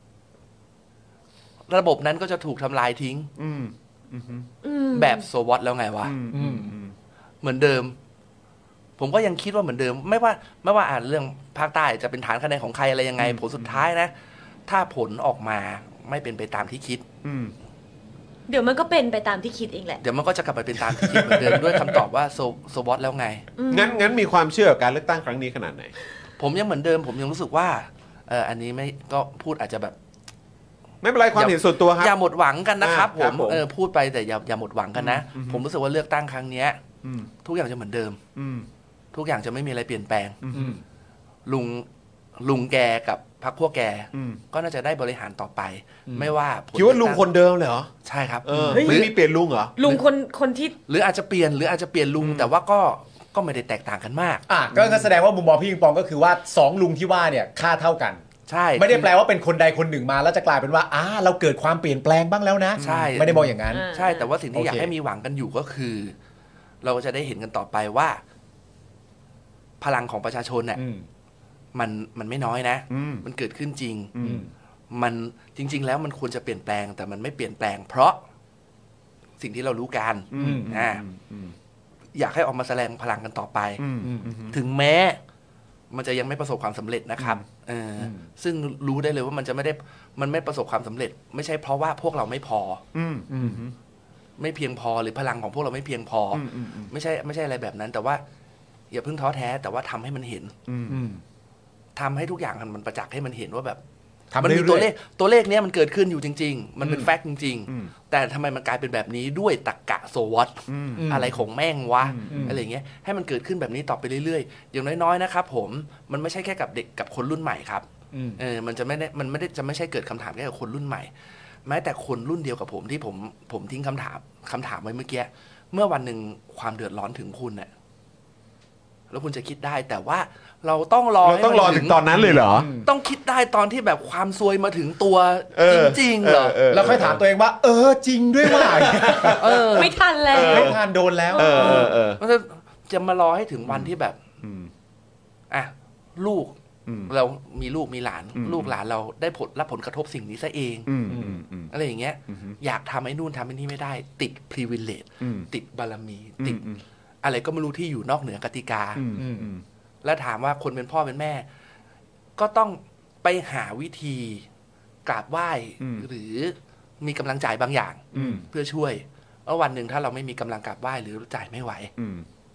ระบบนั้นก็จะถูกทำลายทิ้งแบบโซวอตแล้วไงวะเหมือนเดิมผมก็ยังคิดว่าเหมือนเดิมไม่ว่าไม่ว่าอ่านเรื่องภาคใต้จะเป็นฐานคะแนนของใครอะไรยังไงผลสุดท้ายนะถ้าผลออกมาไม่เป็นไปตามที่คิดเดี๋ยวมันก็เป็นไปตามที่คิดเองแหละเดี๋ยวมันก็จะกลับไปเป็นตามที่คิดเหมือนเดิมด้วยคำตอบว่าโซโซวอตแล้วไงงั้นงั้นมีความเชื่อกับการเลือกตั้งครั้งนี้ขนาดไหนผมยังเหมือนเดิมผมยังรู้สึกว่าเอออันนี้ไม่ก็พูดอาจจะแบบไม่เป็นไรความเห็นส่วนตัวครับอย่าหมดหวังกันนะครับผมเออพูดไปแต่อย่าอย่าหมดหวังกันนะผมรู้สึกว่าเลือกตั้งครั้งนี้ทุกอย่างจะเหมือนเดิมทุกอย่างจะไม่มีอะไรเปลี่ยนแปลงลุงลุงแกกับพรรคพวกแกก็น่าจะได้บริหารต่อไปไม่ว่าคิดว่าลุงคนเดิมเลยเหรอใช่ครับไม่มีเปลี่ยนลุงเหรอลุงคนคนที่หรืออาจจะเปลี่ยนหรืออาจจะเปลี่ยนลุงแต่ว่าก็ก็ไม่ได้แตกต่างกันมากอ่ะก็แสดงว่ามุมมองพี่ปิงปองก็คือว่าสองลุงที่ว่าเนี่ยค่าเท่ากันใช่ไม่ได้แปลว่าเป็นคนใดคนหนึ่งมาแล้วจะกลายเป็นว่าอ่าเราเกิดความเปลี่ยนแปลงบ้างแล้วนะใช่ไม่ได้มองอย่างนั้นใช่แต่ว่าสิ่งที่อยากให้มีหวังกันอยู่ก็คือเราจะได้เห็นกันต่อไปว่าพลังของประชาชนเนี่ยมันมันไม่น้อยนะมันเกิดขึ้นจริงมันจริงๆแล้วมันควรจะเปลี่ยนแปลงแต่มันไม่เปลี่ยนแปลงเพราะสิ่งที่เรารู้กันอ่าอยากให้ออกมาแสดงพลังกันต่อไปถึงแม้มันจะยังไม่ประสบความสำเร็จนะครับเออซึ่งรู้ได้เลยว่ามันจะไม่ได้มันไม่ประสบความสำเร็จไม่ใช่เพราะว่าพวกเราไม่พอไม่เพียงพอหรือพลังของพวกเราไม่เพียงพอไม่ใช่ไม่ใช่อะไรแบบนั้นแต่ว่าอย่าเพิ่งท้อแท้แต่ว่าทำให้มันเห็นทำให้ทุกอย่างมันประจักษ์ให้มันเห็นว่าแบบมันมีตัวเลขตัวเลขนี้มันเกิดขึ้นอยู่จริงๆมันเป็นแฟกต์จริงๆแต่ทำไมมันกลายเป็นแบบนี้ด้วยตรรกะโซวอตอะไรของแม่งวะอะไรเงี้ยให้มันเกิดขึ้นแบบนี้ต่อไปเรื่อยๆอย่างน้อยๆนะครับผมมันไม่ใช่แค่กับเด็กกับคนรุ่นใหม่ครับเออมันจะไม่ได้มันไม่ได้จะไม่ใช่เกิดคำถามแค่กับคนรุ่นใหม่แม้แต่คนรุ่นเดียวกับผมที่ผมผมทิ้งคำถามคำถามไว้เมื่อกี้เมื่อวันหนึ่งความเดือดร้อนถึงคุณเนี่ยแล้วคุณจะคิดได้แต่ว่าเราต้องรอเราต้องรอถึงตอนนั้นเลยเหรอต้องคิดได้ตอนที่แบบความซวยมาถึงตัวจริงๆเหรอแล้วค่อยถามตัวเองว่าเออจริงด้วยว่าไม่ทันแล้วไม่ทันโดนแล้วมันจะจะมารอให้ถึงวันที่แบบอ่ะลูกเรามีลูกมีหลานลูกหลานเราได้ผลรับผลกระทบสิ่งนี้ซะเองอะไรอย่างเงี้ยอยากทำไอ้นู่นทำไอ้นี่ไม่ได้ติด privilege ติดบารมีติดอะไรก็ไม่รู้ที่อยู่นอกเหนือกติกาแล้วถามว่าคนเป็นพ่อเป็นแม่ก็ต้องไปหาวิธีกราบไหว้หรือมีกำลังจ่ายบางอย่างเพื่อช่วยแล้ววันหนึ่งถ้าเราไม่มีกำลังกราบไหว้หรือจ่ายไม่ไหว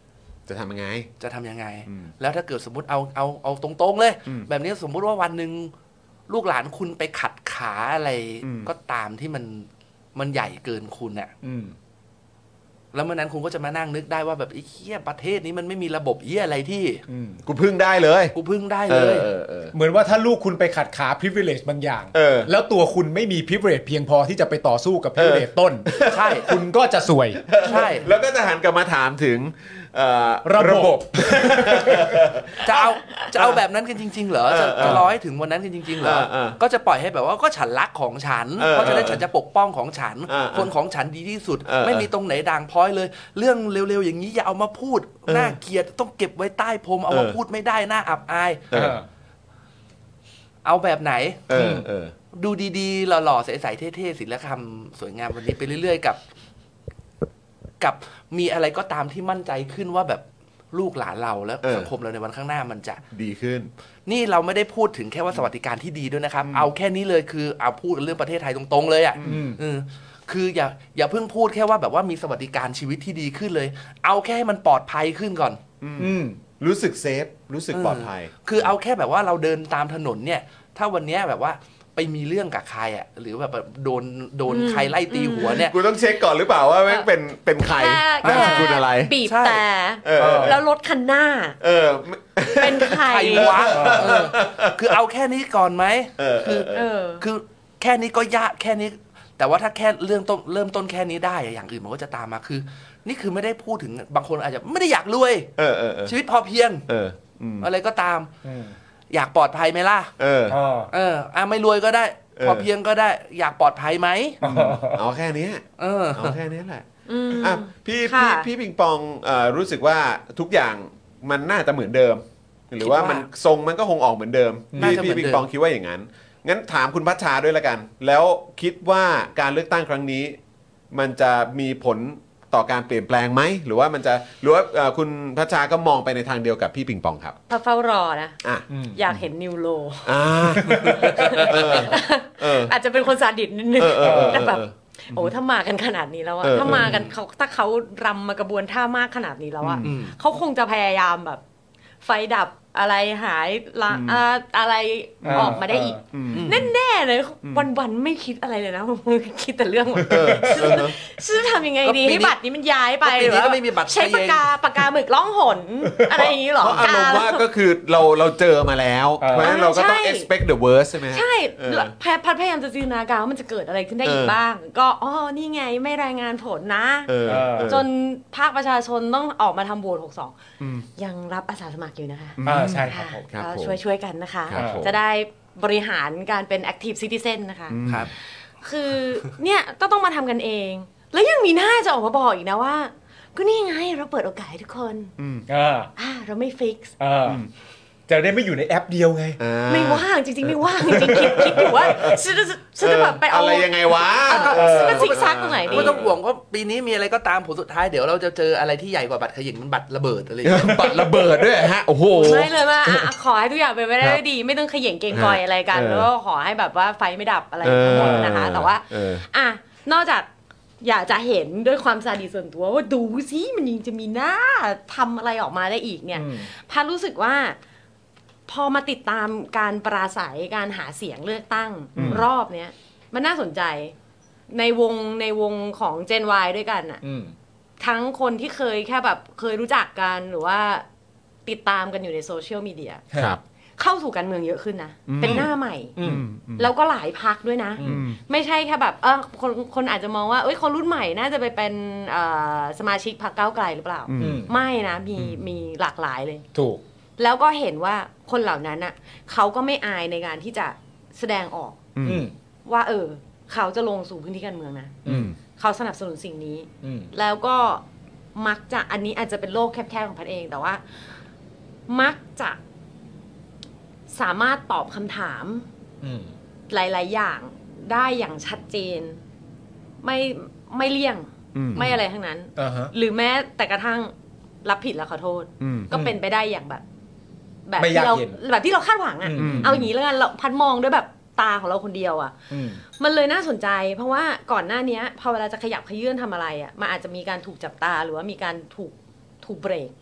จะทำยังไงจะทำยังไงแล้วถ้าเกิดสมมติเอาเอาเอาตรงๆเลยแบบนี้สมมุติว่าวันหนึ่งลูกหลานคุณไปขัดขาอะไรก็ตามที่มันมันใหญ่เกินคุณอ่ะแล้วเมื่อนั้นคุณก็จะมานั่งนึกได้ว่าแบบไอ้เหี้ยประเทศนี้มันไม่มีระบบเหี้ยอะไรที่กูพึ่งได้เลยกูพึ่งได้เลยเหมือนว่าถ้าลูกคุณไปขัดขา privilege บางอย่างแล้วตัวคุณไม่มี privilege เพียงพอที่จะไปต่อสู้กับ privilege ต้นใช่คุณก็จะซวยใช่แล้วก็จะหันกลับมาถามถึงระบบจะเอาจะเอาแบบนั้นกันจริงๆเหรอจะจะร้อยถึงวันนั้นกันจริงๆเหรอก็จะปล่อยให้แบบว่าก็ฉันรักของฉันเพราะฉะนั้นฉันจะปกป้องของฉันคนของฉันดีที่สุดไม่มีตรงไหนด่างพร้อยเลยเรื่องเร็วๆอย่างนี้อย่าเอามาพูดน่าเกลียดต้องเก็บไว้ใต้พรมเอามาพูดไม่ได้น่าอับอายเอาแบบไหนดูดีๆหล่อๆใสๆเท่ๆศิลปะสวยงามวันนี้ไปเรื่อยๆกับกับมีอะไรก็ตามที่มั่นใจขึ้นว่าแบบลูกหลานเราและสังคมเราในวันข้างหน้ามันจะดีขึ้นนี่เราไม่ได้พูดถึงแค่ว่าสวัสดิการที่ดีด้วยนะครับเอาแค่นี้เลยคือเอาพูดเรื่องประเทศไทยตรงๆเลยอ่ะคืออย่าอย่าเพิ่งพูดแค่ว่าแบบว่ามีสวัสดิการชีวิตที่ดีขึ้นเลยเอาแค่ให้มันปลอดภัยขึ้นก่อนรู้สึกเซฟรู้สึกปลอดภัยคือเอาแค่แบบว่าเราเดินตามถนนเนี่ยถ้าวันนี้แบบว่าไปมีเรื่องกับใครอ่ะหรือแบบโดนโดนใครไล่ตีหัวเนี่ยกูต้องเช็คก่อนหรือเปล่าว่าแม่งเป็นเป็นใครนามสกุลอะไรบีบแต่แล้วรถคันหน้าเออเป็นใครวะคือเอาแค่นี้ก่อนไหมคือคือแค่นี้ก็ยากแค่นี้แต่ว่าถ้าแค่เรื่องต้นเริ่มต้นแค่นี้ได้อย่างอื่นมันก็จะตามมาคือนี่คือไม่ได้พูดถึงบางคนอาจจะไม่ได้อยากรวยชีวิตพอเพียงอะไรก็ตามอยากปลอดภัยไหมล่ะเออเอออ่ะไม่รวยก็ได้พอเพียงก็ได้อยากปลอดภัยไหมเอาแค่นี้เออเอาแค่นี้แหละอ่ะพี่พี่พี่ปิงปองรู้สึกว่าทุกอย่างมันน่าจะเหมือนเดิมหรือว่ามันทรงมันก็คงออกเหมือนเดิมพี่พี่ปิงปองคิดว่าอย่างนั้นงั้นถามคุณพัชชาด้วยละกันแล้วคิดว่าการเลือกตั้งครั้งนี้มันจะมีผลต่อการเปลี่ยนแปลงไหมหรือว่ามันจะหรือว่าคุณพัชชาก็มองไปในทางเดียวกับพี่ปิงปองครับพอเฝ้ารอนะอ่ะอยากเห็นนิวโรอ่าอาจจะเป็นคนซาดิสนิดนึงแต่แบบโอ้ถ้ามากันขนาดนี้แล้วอะถ้ามากันเขาถ้าเขารำมากระบวนท่ามากขนาดนี้แล้วอะเขาคงจะพยายามแบบไฟดับอะไรหายละอะไรออกมาได้อีกแน่ๆเลยวันๆไม่คิดอะไรเลยนะคิดแต่เรื่องซื้อทำยังไงดีให้บัตรนี้มันย้ายไปหรือว่าใช้ปากกาปากกาหมึกล่องหนอะไรอย่างนี้หรอเพราะอารมณ์ว่าก็คือเราเราเจอมาแล้วเพราะฉะนั้นเราก็ต้อง expect the worst ใช่ไหมใช่พัดพยายามจะจินตนาการว่ามันจะเกิดอะไรขึ้นได้อีกบ้างก็อ๋อนี่ไงไม่รายงานผลนะจนภาคประชาชนต้องออกมาทำโหวตหกสิบสองยังรับอาสาสมัครอยู่นะคะใช่ครับผมช่วยช่วยกันนะคะจะได้บริหารการเป็น active citizen นะคะครับคือเนี่ยต้องต้องมาทำกันเองแล้วยังมีหน้าจะออกมาบอกอีกนะว่าก็นี่ไงเราเปิดโอกาสให้ทุกคนอ่าเราไม่ฟิกซ์จะได้ไม่อยู่ในแอปเดียวไงไม่ว่างจริงๆไม่ว่างจริงๆคิดคิดอยู่ว่าฉันจะฉันจะแบบไปเอาอะไรยังไงวะฉันจะซิกซักตรงไหนดีไม่ต้องห่วงว่าปีนี้มีอะไรก็ตามผลสุดท้ายเดี๋ยวเราจะเจออะไรที่ใหญ่กว่าบัตรเขย่งมันบัตรระเบิดอะไรบัตรระเบิดด้วยฮะโอ้โหไม่เลยว่าขอให้ทุกอย่างเป็นไปได้ดีไม่ต้องเขย่งเกงกอยอะไรกันแล้วก็ขอให้แบบว่าไฟไม่ดับอะไรทั้งหมดนะคะแต่ว่าอ่ะนอกจากอยากจะเห็นด้วยความซาดิสส่วนตัวว่าดูสิมันยังจะมีหน้าทำอะไรออกมาได้อีกเนี่ยพัดรู้สึกว่าพอมาติดตามการปราศัยการหาเสียงเลือกตั้งรอบเนี้ยมันน่าสนใจในวงในวงของ Gen Y ด้วยกันน่ะทั้งคนที่เคยแค่แบบเคยรู้จักกันหรือว่าติดตามกันอยู่ในโซเชียลมีเดียเข้าสู่การเมืองเยอะขึ้นนะเป็นหน้าใหม่แล้วก็หลายพรรคด้วยนะไม่ใช่แค่แบบเออคนคนอาจจะมองว่าเอ้ยคนรุ่นใหม่น่าจะไปเป็นสมาชิกพรรคก้าวไกลหรือเปล่าไม่นะมีมีหลากหลายเลยถูกแล้วก็เห็นว่าคนเหล่านั้นน่ะเขาก็ไม่อายในการที่จะแสดงออกว่าเออเขาจะลงสู่พื้นที่การเมืองนะเขาสนับสนุนสิ่งนี้แล้วก็มักจะอันนี้อาจจะเป็นโลกแคบๆของพัดเองแต่ว่ามักจะสามารถตอบคำถามหลายๆอย่างได้อย่างชัดเจนไม่ไม่เลี่ยงไม่อะไรทั้งนั้น uh-huh. หรือแม้แต่กระทั่งรับผิดแล้วขอโทษก็เป็นไปได้อย่างแบบแบบที่เราแบบที่เราคาดหวังอ่ะเอาอย่างนี้แล้วกันเราพัดมองด้วยแบบตาของเราคนเดียวอ่ะมันเลยน่าสนใจเพราะว่าก่อนหน้านี้พอเวลาจะขยับขยื่นทำอะไรอ่ะมันอาจจะมีการถูกจับตาหรือว่ามีการถูกถูกเบรก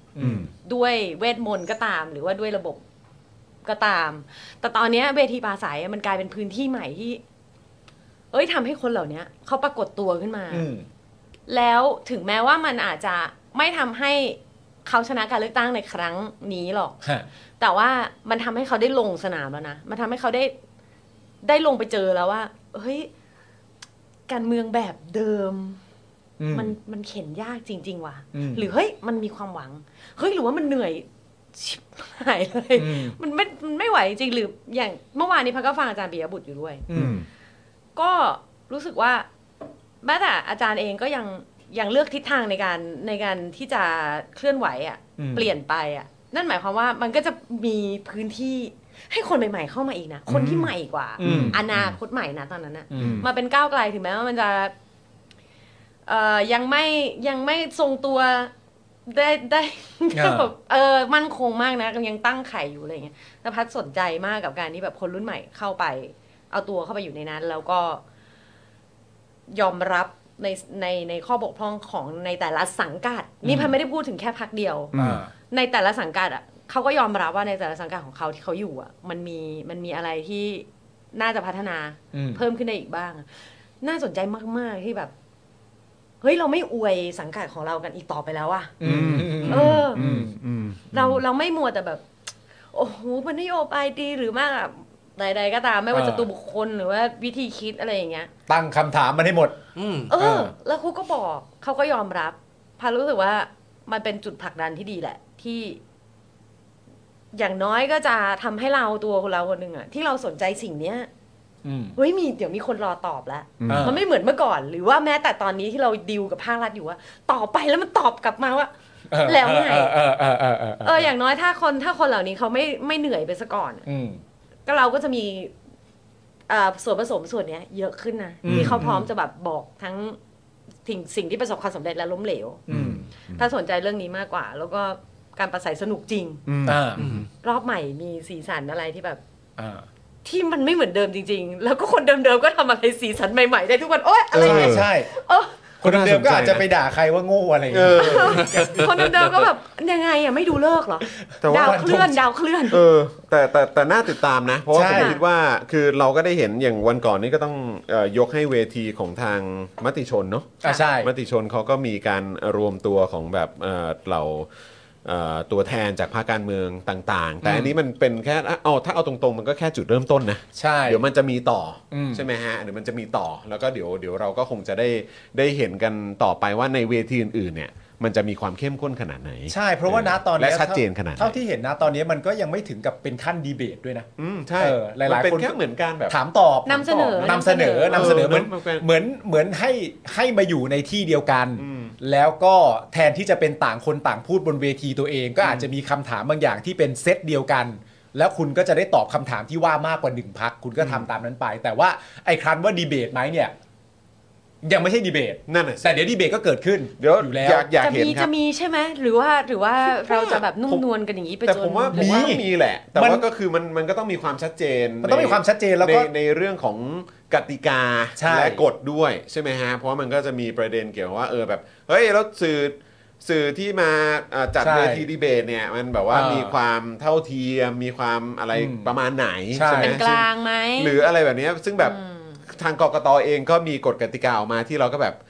ด้วยเวทมนต์ก็ตามหรือว่าด้วยระบบก็ตามแต่ตอนนี้เวทีปราศัยมันกลายเป็นพื้นที่ใหม่ที่เอ้ยทำให้คนเหล่านี้เขาปรากฏตัวขึ้นมาแล้วถึงแม้ว่ามันอาจจะไม่ทำให้เขาชนะการเลือกตั้งในครั้งนี้หรอกแต่ว่ามันทำให้เขาได้ลงสนามแล้วนะมันทำให้เขาได้ได้ลงไปเจอแล้วว่าเฮ้ยการเมืองแบบเดิมมันมันเข็นยากจริงๆว่ะหรือเฮ้ยมันมีความหวังเฮ้ยหรือว่ามันเหนื่อยชิบหายเลยมันไม่มันไม่ไหวจริงหรืออย่างเมื่อวานนี้พักก็ฟังอาจารย์ปิยบุตรอยู่ด้วยก็รู้สึกว่าแม้แต่อาจารย์เองก็ยังยังเลือกทิศทางในการในการที่จะเคลื่อนไหวอ่ะเปลี่ยนไปอ่ะนั่นหมายความว่ามันก็จะมีพื้นที่ให้คนใหม่ๆเข้ามาอีกนะคนที่ใหม่กว่าอนาคตใหม่นะตอนนั้นนะมาเป็นก้าวไกลถึงแม้ว่ามันจะเอ่อยังไม่ยังไม่ทรงตัวได้ได้แบบเออมั่นคงมากนะยังตั้งไข่อยู่อะไรเงี้ยแต่พัดสนใจมากกับการที่แบบคนรุ่นใหม่เข้าไปเอาตัวเข้าไปอยู่ในนั้นแล้วก็ยอมรับในในในข้อบกพร่องของในแต่ละสังกัดนี่พัดไม่ได้พูดถึงแค่พรรคเดียวในแต่ละสังกัดอ่ะเขาก็ยอมรับว่าในแต่ละสังกัดของเขาที่เขาอยู่อ่ะมันมีมันมีอะไรที่น่าจะพัฒนาเพิ่มขึ้นได้อีกบ้างน่าสนใจมากๆที่แบบเฮ้ยเราไม่อวยสังกัดของเรากันอีกต่อไปแล้วอ่ะเออเราเราไม่มัวแต่แบบโอ้โหมันนโยบายดีหรือมากอ่ะใดๆก็ตามไม่ว่าจะตัวบุคคลหรือว่าวิธีคิดอะไรอย่างเงี้ยตั้งคำถามมันให้หมดเออแล้วเขาก็บอกเขาก็ยอมรับพารู้สึกว่ามันเป็นจุดผลักดันที่ดีแหละที่อย่างน้อยก็จะทำให้เราตัวคนเราคนหนึ่งอะที่เราสนใจสิ่งเนี้ยเฮ้ยมีเดี๋ยวมีคนรอตอบแล้วมันไม่เหมือนเมื่อก่อนหรือว่าแม้แต่ตอนนี้ที่เราดีลกับภาครัฐอยู่ว่าต่อไปแล้วมันตอบกลับมาว่าแล้วไงเอออย่างน้อยถ้าคนถ้าคนเหล่านี้เขาไม่ไม่เหนื่อยไปซะก่อนก็เราก็จะมีส่วนผสมส่วนนี้เยอะขึ้นนะที่เขาพร้อมจะแบบบอกทั้งสิ่งสิ่งที่ประสบความสำเร็จและล้มเหลวถ้าสนใจเรื่องนี้มากกว่าแล้วก็การประสัยสนุกจริงรอบใหม่มีสีสันอะไรที่แบบที่มันไม่เหมือนเดิมจริงๆแล้วก็คนเดิมๆก็ทำอะไรสีสันใหม่ๆได้ทุกวันโอ๊ยอะไรเนี่ยใช่คนเดิมก็อาจจะไปด่าใครว่าโง่อะไรอย่างเงี้ยคนเดิมๆก็แบบยังไงอ่ะไม่ดูเลิกเหรอดาวเคลื่อนดาวเคลื่อนเออแต่แต่แต่น่าติดตามนะเพราะว่าผมคิดว่าคือเราก็ได้เห็นอย่างวันก่อนนี้ก็ต้องยกให้เวทีของทางมติชนเนาะใช่มติชนเขาก็มีการรวมตัวของแบบเราตัวแทนจากภาคการเมืองต่างๆแต่อันนี้มันเป็นแค่เอาถ้าเอาตรงๆมันก็แค่จุดเริ่มต้นนะใช่เดี๋ยวมันจะมีต่อใช่ไหมฮะเดี๋ยวมันจะมีต่อแล้วก็เดี๋ยวเดี๋ยวเราก็คงจะได้ได้เห็นกันต่อไปว่าในเวทีอื่นๆเนี่ยมันจะมีความเข้มข้นขนาดไหนใช่เพราะว่าณตอนนี้และชัดเจนขนาดเท่าที่เห็นณตอนนี้มันก็ยังไม่ถึงกับเป็นขั้นดีเบตด้วยนะอืมใช่หลายๆคนแค่เหมือนการแบบถามตอบนำเสนอนำเสนอนำเสนอเหมือนเหมือนเหมือนให้ให้มาอยู่ในที่เดียวกันแล้วก็แทนที่จะเป็นต่างคนต่างพูดบนเวทีตัวเองก็อาจจะมีคำถามบางอย่างที่เป็นเซตเดียวกันแล้วคุณก็จะได้ตอบคำถามที่ว่ามากกว่าหนึ่งพรรคคุณก็ทำตามนั้นไปแต่ว่าไอ้ครั้นว่าดีเบตไหมเนี่ยยังไม่ใช่ดีเบตนั่นแหละแต่เดี๋ยวดีเบตก็เกิดขึ้นเดี๋ยวอยู่แล้วอยากอยากเห็นครับจะมีใช่ไหมหรือว่าหรือว่าเราจะแบบนุ่มนวลกันอย่างนี้ไปจนแต่ผมว่าผมว่ามีแหละแต่ว่าก็คือมันมันก็ต้องมีความชัดเจนมันต้องมีความชัดเจนแล้วก็ในเรื่องของกติกาและกฎด้วยใช่ไหมฮะเพราะมันก็จะมีประเด็นเกี่ยวว่าเออแบบเฮ้ยแล้วสื่อสื่อที่มาจัดเวทีดีเบตเนี่ยมันแบบว่ามีความเท่าเทียมมีความอะไรประมาณไหนใช่ไหมเป็นกลางไหมหรืออะไรแบบนี้ซึ่งแบบทางกกต.เองก็มีกฎกติกาออกมาที่เราก็แบบ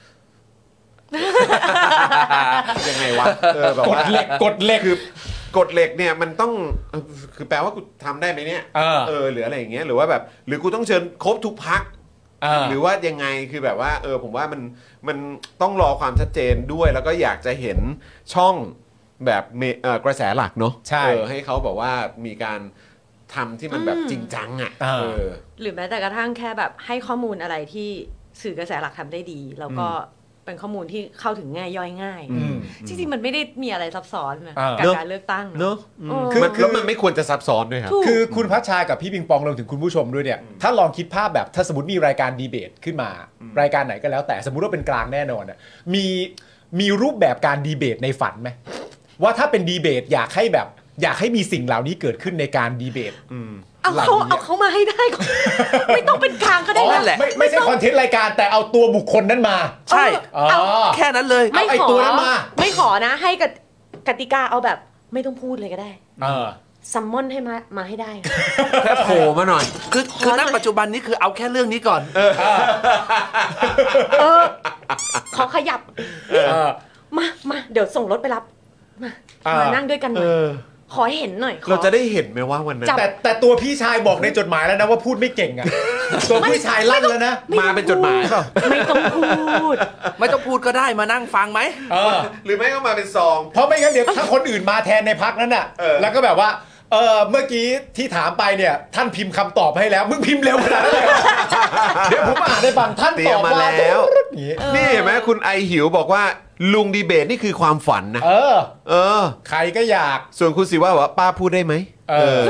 ยังไงวะเออแบบว่ากฎเหล็กกฎเหล็กคือกฎเหล็กเนี่ยมันต้องคือแปลว่ากูทำได้ไหมเนี่ยเออหรืออะไรอย่างเงี้ยหรือว่าแบบหรือกูต้องเชิญครบทุกพรรคหรือว่ายังไงคือแบบว่าเออผมว่ามันมันต้องรอความชัดเจนด้วยแล้วก็อยากจะเห็นช่องแบบกระแสหลักเนาะใช่ให้เขาบอกว่ามีการทำที่มันแบบจริงจังอ่ะหรือแม้แต่กระทั่งแค่แบบให้ข้อมูลอะไรที่สื่อกระแสหลักทำได้ดีแล้วก็เป็นข้อมูลที่เข้าถึงง่ายย่อยง่ายจริงๆมันไม่ได้มีอะไรซับซ้อนนะการการเลือกตั้งเนอะคือแล้วมันไม่ควรจะซับซ้อนด้วยครับคือคุณพัชชากับพี่ปิงปองรวมถึงคุณผู้ชมด้วยเนี่ยถ้าลองคิดภาพแบบถ้าสมมติมีรายการดีเบตขึ้นมารายการไหนก็แล้วแต่สมมติว่าเป็นกลางแน่นอนอ่ะมีมีรูปแบบการดีเบตในฝันไหมว่าถ้าเป็นดีเบตอยากให้แบบอยากให้มีสิ่งเหล่านี้เกิดขึ้นในการดีเบตเอาเขาเอาเขามาให้ได้ไม่ต้องเป็นกลางก็ได้นั่นแหละไม่ใช่คอนเทนต์รายการแต่เอาตัวบุคคลนั้นมาใช่แค่นั้นเลยไม่ขอตัวนั้นมาไม่ขอนะให้กับกติกาเอาแบบไม่ต้องพูดเลยก็ได้เออซัมมอนให้มามาให้ได้แค่โผล่มาหน่อยคือคือณปัจจุบันนี้คือเอาแค่เรื่องนี้ก่อนเออเออขอขยับมามาเดี๋ยวส่งรถไปรับมามานั่งด้วยกันหน่อยขอเห็นหน่อยเราจะได้เห็นไหมว่าวันนั้นแต่แต่ตัวพี่ชายบอกในจดหมายแล้วนะว่าพูดไม่เก่งอ่ะตัวพี่ชายลั่นแล้วนะมาเป็นจดหมายเปล่าไม่ต้องพูดไม่ต้องพูดก็ได้มานั่งฟังไหมหรือไม่ก็มาเป็นซองเพราะไม่งั้นเดี๋ยวถ้าคนอื่นมาแทนในพักนั้นอ่ะแล้วก็แบบว่าเออเมื่อกี้ที่ถามไปเนี่ยท่านพิมพ์คำตอบให้แล้วมึงพิมพ์เร็วขนาดนั้นเลยเดี๋ยวผมอ่านในบางท่านตอบมาแล้วนี่เห็นไหมคุณไอหิวบอกว่าลุงดีเบตนี่คือความฝันนะเออเออใครก็อยากส่วนคุณสิว่าบอกว่าป้าพูดได้ไหมเออ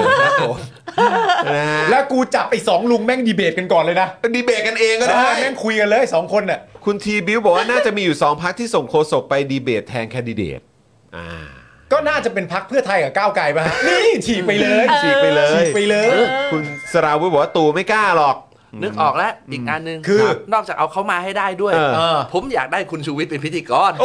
แล้วกูจับไอ้สองลุงแม่งดีเบตกันก่อนเลยนะดีเบตกันเองก็ได้แม่งคุยกันเลยสองคนน่ะคุณทีบิวบอกว่าน่าจะมีอยู่สองพรรคที่ส่งโฆษกไปดีเบตแทนแคนดิเดตอ่าก็น่าจะเป็นพรรคเพื่อไทยกับก้าวไกลป่ะฮะนี่ฉีกไปเลยฉีกไปเลยฉีกไปเลยคุณสราวุธบอกว่าตู่ไม่กล้าหรอกนึกออกแล้วอีกอันนึงคือนอกจากเอาเขามาให้ได้ด้วยผมอยากได้คุณชูวิทย์เป็นพิธีกร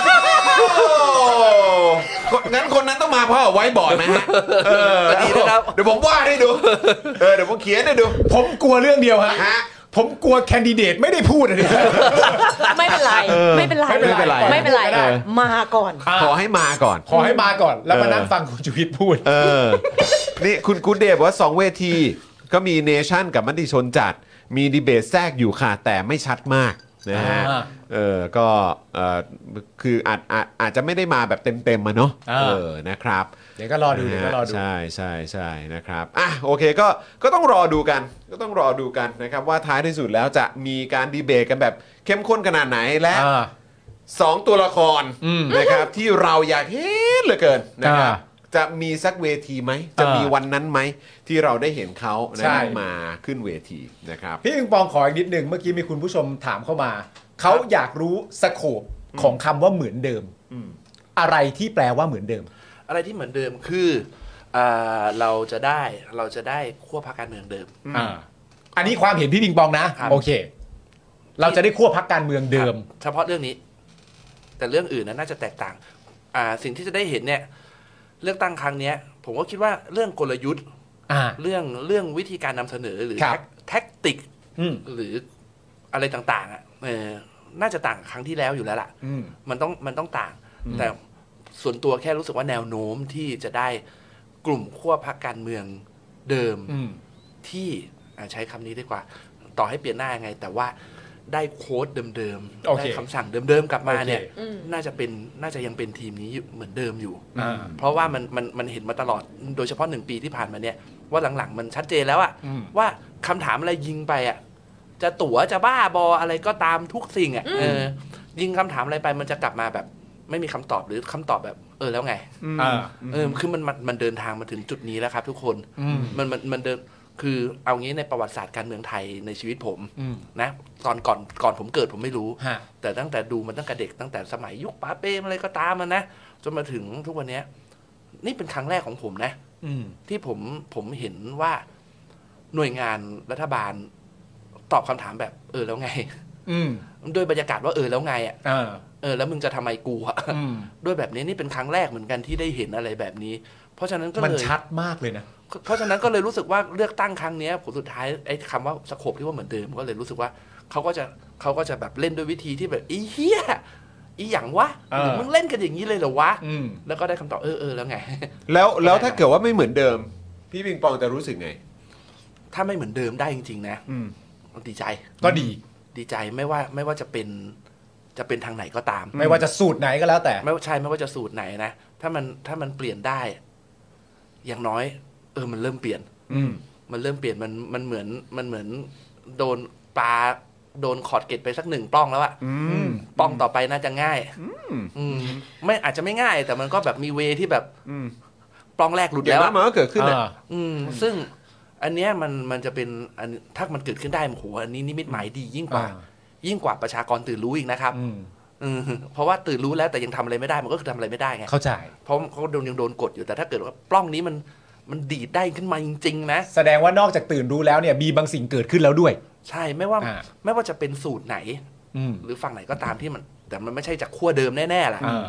งั้นคนนั้นต้องมาเพราะไว้บอร์ดนะฮะเออดีนะครับเดี๋ยวผมวาดให้ดูเออเดี๋ยวผมเขียนให้ดูผมกลัวเรื่องเดียวฮะผมกลัวแคนดิเดตไม่ได้พูดอะไรไม่เป็นไรไม่เป็นไรไม่เป็นไรไม่เป็นไรมาก่อนขอให้มาก่อนขอให้มาก่อนแล้วมานั่งฟังคุณชูวิทย์พูดเออนี่คุณกู๊ดเดย์บอกว่าสองเวทีก็มีเนชั่นกับมติชนจัดมีดีเบตแทรกอยู่ค่ะแต่ไม่ชัดมากนะฮะเออก็เออคืออาจอาจอาจจะไม่ได้มาแบบเต็มๆมาเนาะเออนะครับเดี๋ยวก็รอดูเดี๋ยวก็รอดูใช่ใช่ใช่นะครับอ่ะโอเคก็ก็ต้องรอดูกันก็ต้องรอดูกันนะครับว่าท้ายที่สุดแล้วจะมีการดีเบตกันแบบเข้มข้นขนาดไหนและสองตัวละครนะครับที่เราอยากเห็นเหลือเกินนะครับจะมีสักเวทีไหมจะมีวันนั้นไหมที่เราได้เห็นเขานะมาขึ้นเวทีนะครับพี่ปิงปองขออีกนิดหนึ่งเมื่อกี้มีคุณผู้ชมถามเข้ามาเขาอยากรู้สโคปของคำว่าเหมือนเดิมอะไรที่แปลว่าเหมือนเดิมอะไรที่เหมือนเดิมคืออ่าเราจะได้เราจะได้ขั้วพรรคการเมืองเดิมอ่าอันนี้ความเห็นพี่ปิงปองนะโอเคเราจะได้ขั้วพรรคการเมืองเดิมเฉพาะเรื่องนี้แต่เรื่องอื่นน่าจะแตกต่างอ่าสิ่งที่จะได้เห็นเนี่ยเลือกตั้งครั้งนี้ผมก็คิดว่าเรื่องกลยุทธ์เรื่องเรื่องวิธีการนำเสนอหรือแท็กติกหรืออะไรต่างๆอ่ะเออน่าจะต่างครั้งที่แล้วอยู่แล้วล่ะมันต้องมันต้องต่างแต่ส่วนตัวแค่รู้สึกว่าแนวโน้มที่จะได้กลุ่มขั้วพรรคการเมืองเดิมที่ใช้คำนี้ดีกว่าต่อให้เปลี่ยนหน้ายังไงแต่ว่าได้โค้ดเดิมๆได้คำสั่งเดิมๆกลับมาเนี่ยน่าจะเป็นน่าจะยังเป็นทีมนี้เหมือนเดิมอยู่เพราะว่ามันมันมันเห็นมาตลอดโดยเฉพาะหนึ่งปีที่ผ่านมาเนี่ยว่าหลังๆมันชัดเจนแล้วอะว่าคำถามอะไรยิงไปอะจะตั๋วจะบ้าบออะไรก็ตามทุกสิ่งอะเออยิงคำถามอะไรไปมันจะกลับมาแบบไม่มีคำตอบหรือคำตอบแบบเออแล้วไงเออคือมันมันเดินทางมาถึงจุดนี้แล้วครับทุกคนมันมันมันเดินคือเอางี้ในประวัติศาสตร์การเมืองไทยในชีวิตผมนะตอนก่อนก่อนผมเกิดผมไม่รู้แต่ตั้งแต่ดูมันตั้งแต่เด็กตั้งแต่สมัยยุคป๋าเปรมอะไรก็ตามมันนะจนมาถึงทุกวันนี้นี่เป็นครั้งแรกของผมนะที่ผมผมเห็นว่าหน่วยงานรัฐบาลตอบคำถามแบบเออแล้วไงด้วยบรรยากาศว่าเออแล้วไงอ่ะเออแล้วมึงจะทำไมกูอ่ะด้วยแบบนี้นี่เป็นครั้งแรกเหมือนกันที่ได้เห็นอะไรแบบนี้เพราะฉะนั้นก็เลยมันชัดมากเลยนะเพราะฉะนั้นก็เลยรู้สึกว่าเลือกตั้งครั้งนี้ผลสุดท้ายไอ้คำว่าสโคปที่ว่าเหมือนเดิมก็เลยรู้สึกว่าเขาก็จะเขาก็จะแบบเล่นด้วยวิธีที่แบบอีเหี้ยอีหยังวะมึงเล่นกันอย่างนี้เลยเหรอวะแล้วก็ได้คำตอบเออเออแล้วไงแล้วแล้วถ้าเกิดว่าไม่เหมือนเดิมพี่ปิงปองจะรู้สึกไงถ้าไม่เหมือนเดิมได้จริงๆนะดีใจก็ดีดีใจไม่ว่าไม่ว่าจะเป็นจะเป็นทางไหนก็ตามไม่ว่าจะสูตรไหนก็แล้วแต่ไม่ใช่ไม่ว่าจะสูตรไหนนะถ้ามันถ้ามันเปลี่ยนได้อย่างน้อยเออมันเริ่มเปลี่ยนมันเริ่มเปลี่ยนมันมันเหมือนมันเหมือนโดนปลาโดนขอดเกล็ดไปสักหนึ่งปล้องแล้วอะปล้องต่อไปน่าจะง่ายไม่อาจจะไม่ง่ายแต่มันก็แบบมีเวที่แบบปล้องแรกหลุดแล้วมันก็เกิดขึ้นอ่ะซึ่งอันเนี้ยมันมันจะเป็นอันถ้ามันเกิดขึ้นได้โอ้โหอันนี้นิมิตหมายดียิ่งกว่ายิ่งกว่าประชากรตื่นรู้อีกนะครับเพราะว่าตื่นรู้แล้วแต่ยังทำอะไรไม่ได้มันก็คือทำอะไรไม่ได้ไงเข้าใจเพราะเขาโดนยังโดนกดอยู่แต่ถ้าเกิดว่าปล้องนี้มันมันดีดได้ขึ้นมาจริงๆนะแสดงว่านอกจากตื่นรู้แล้วเนี่ยมีบางสิ่งเกิดขึ้นแล้วด้วยใช่ไม่ว่าไม่ว่าจะเป็นสูตรไหนหรือฝั่งไหนก็ตามที่มันแต่มันไม่ใช่จากขั้วเดิมแน่ๆแหละ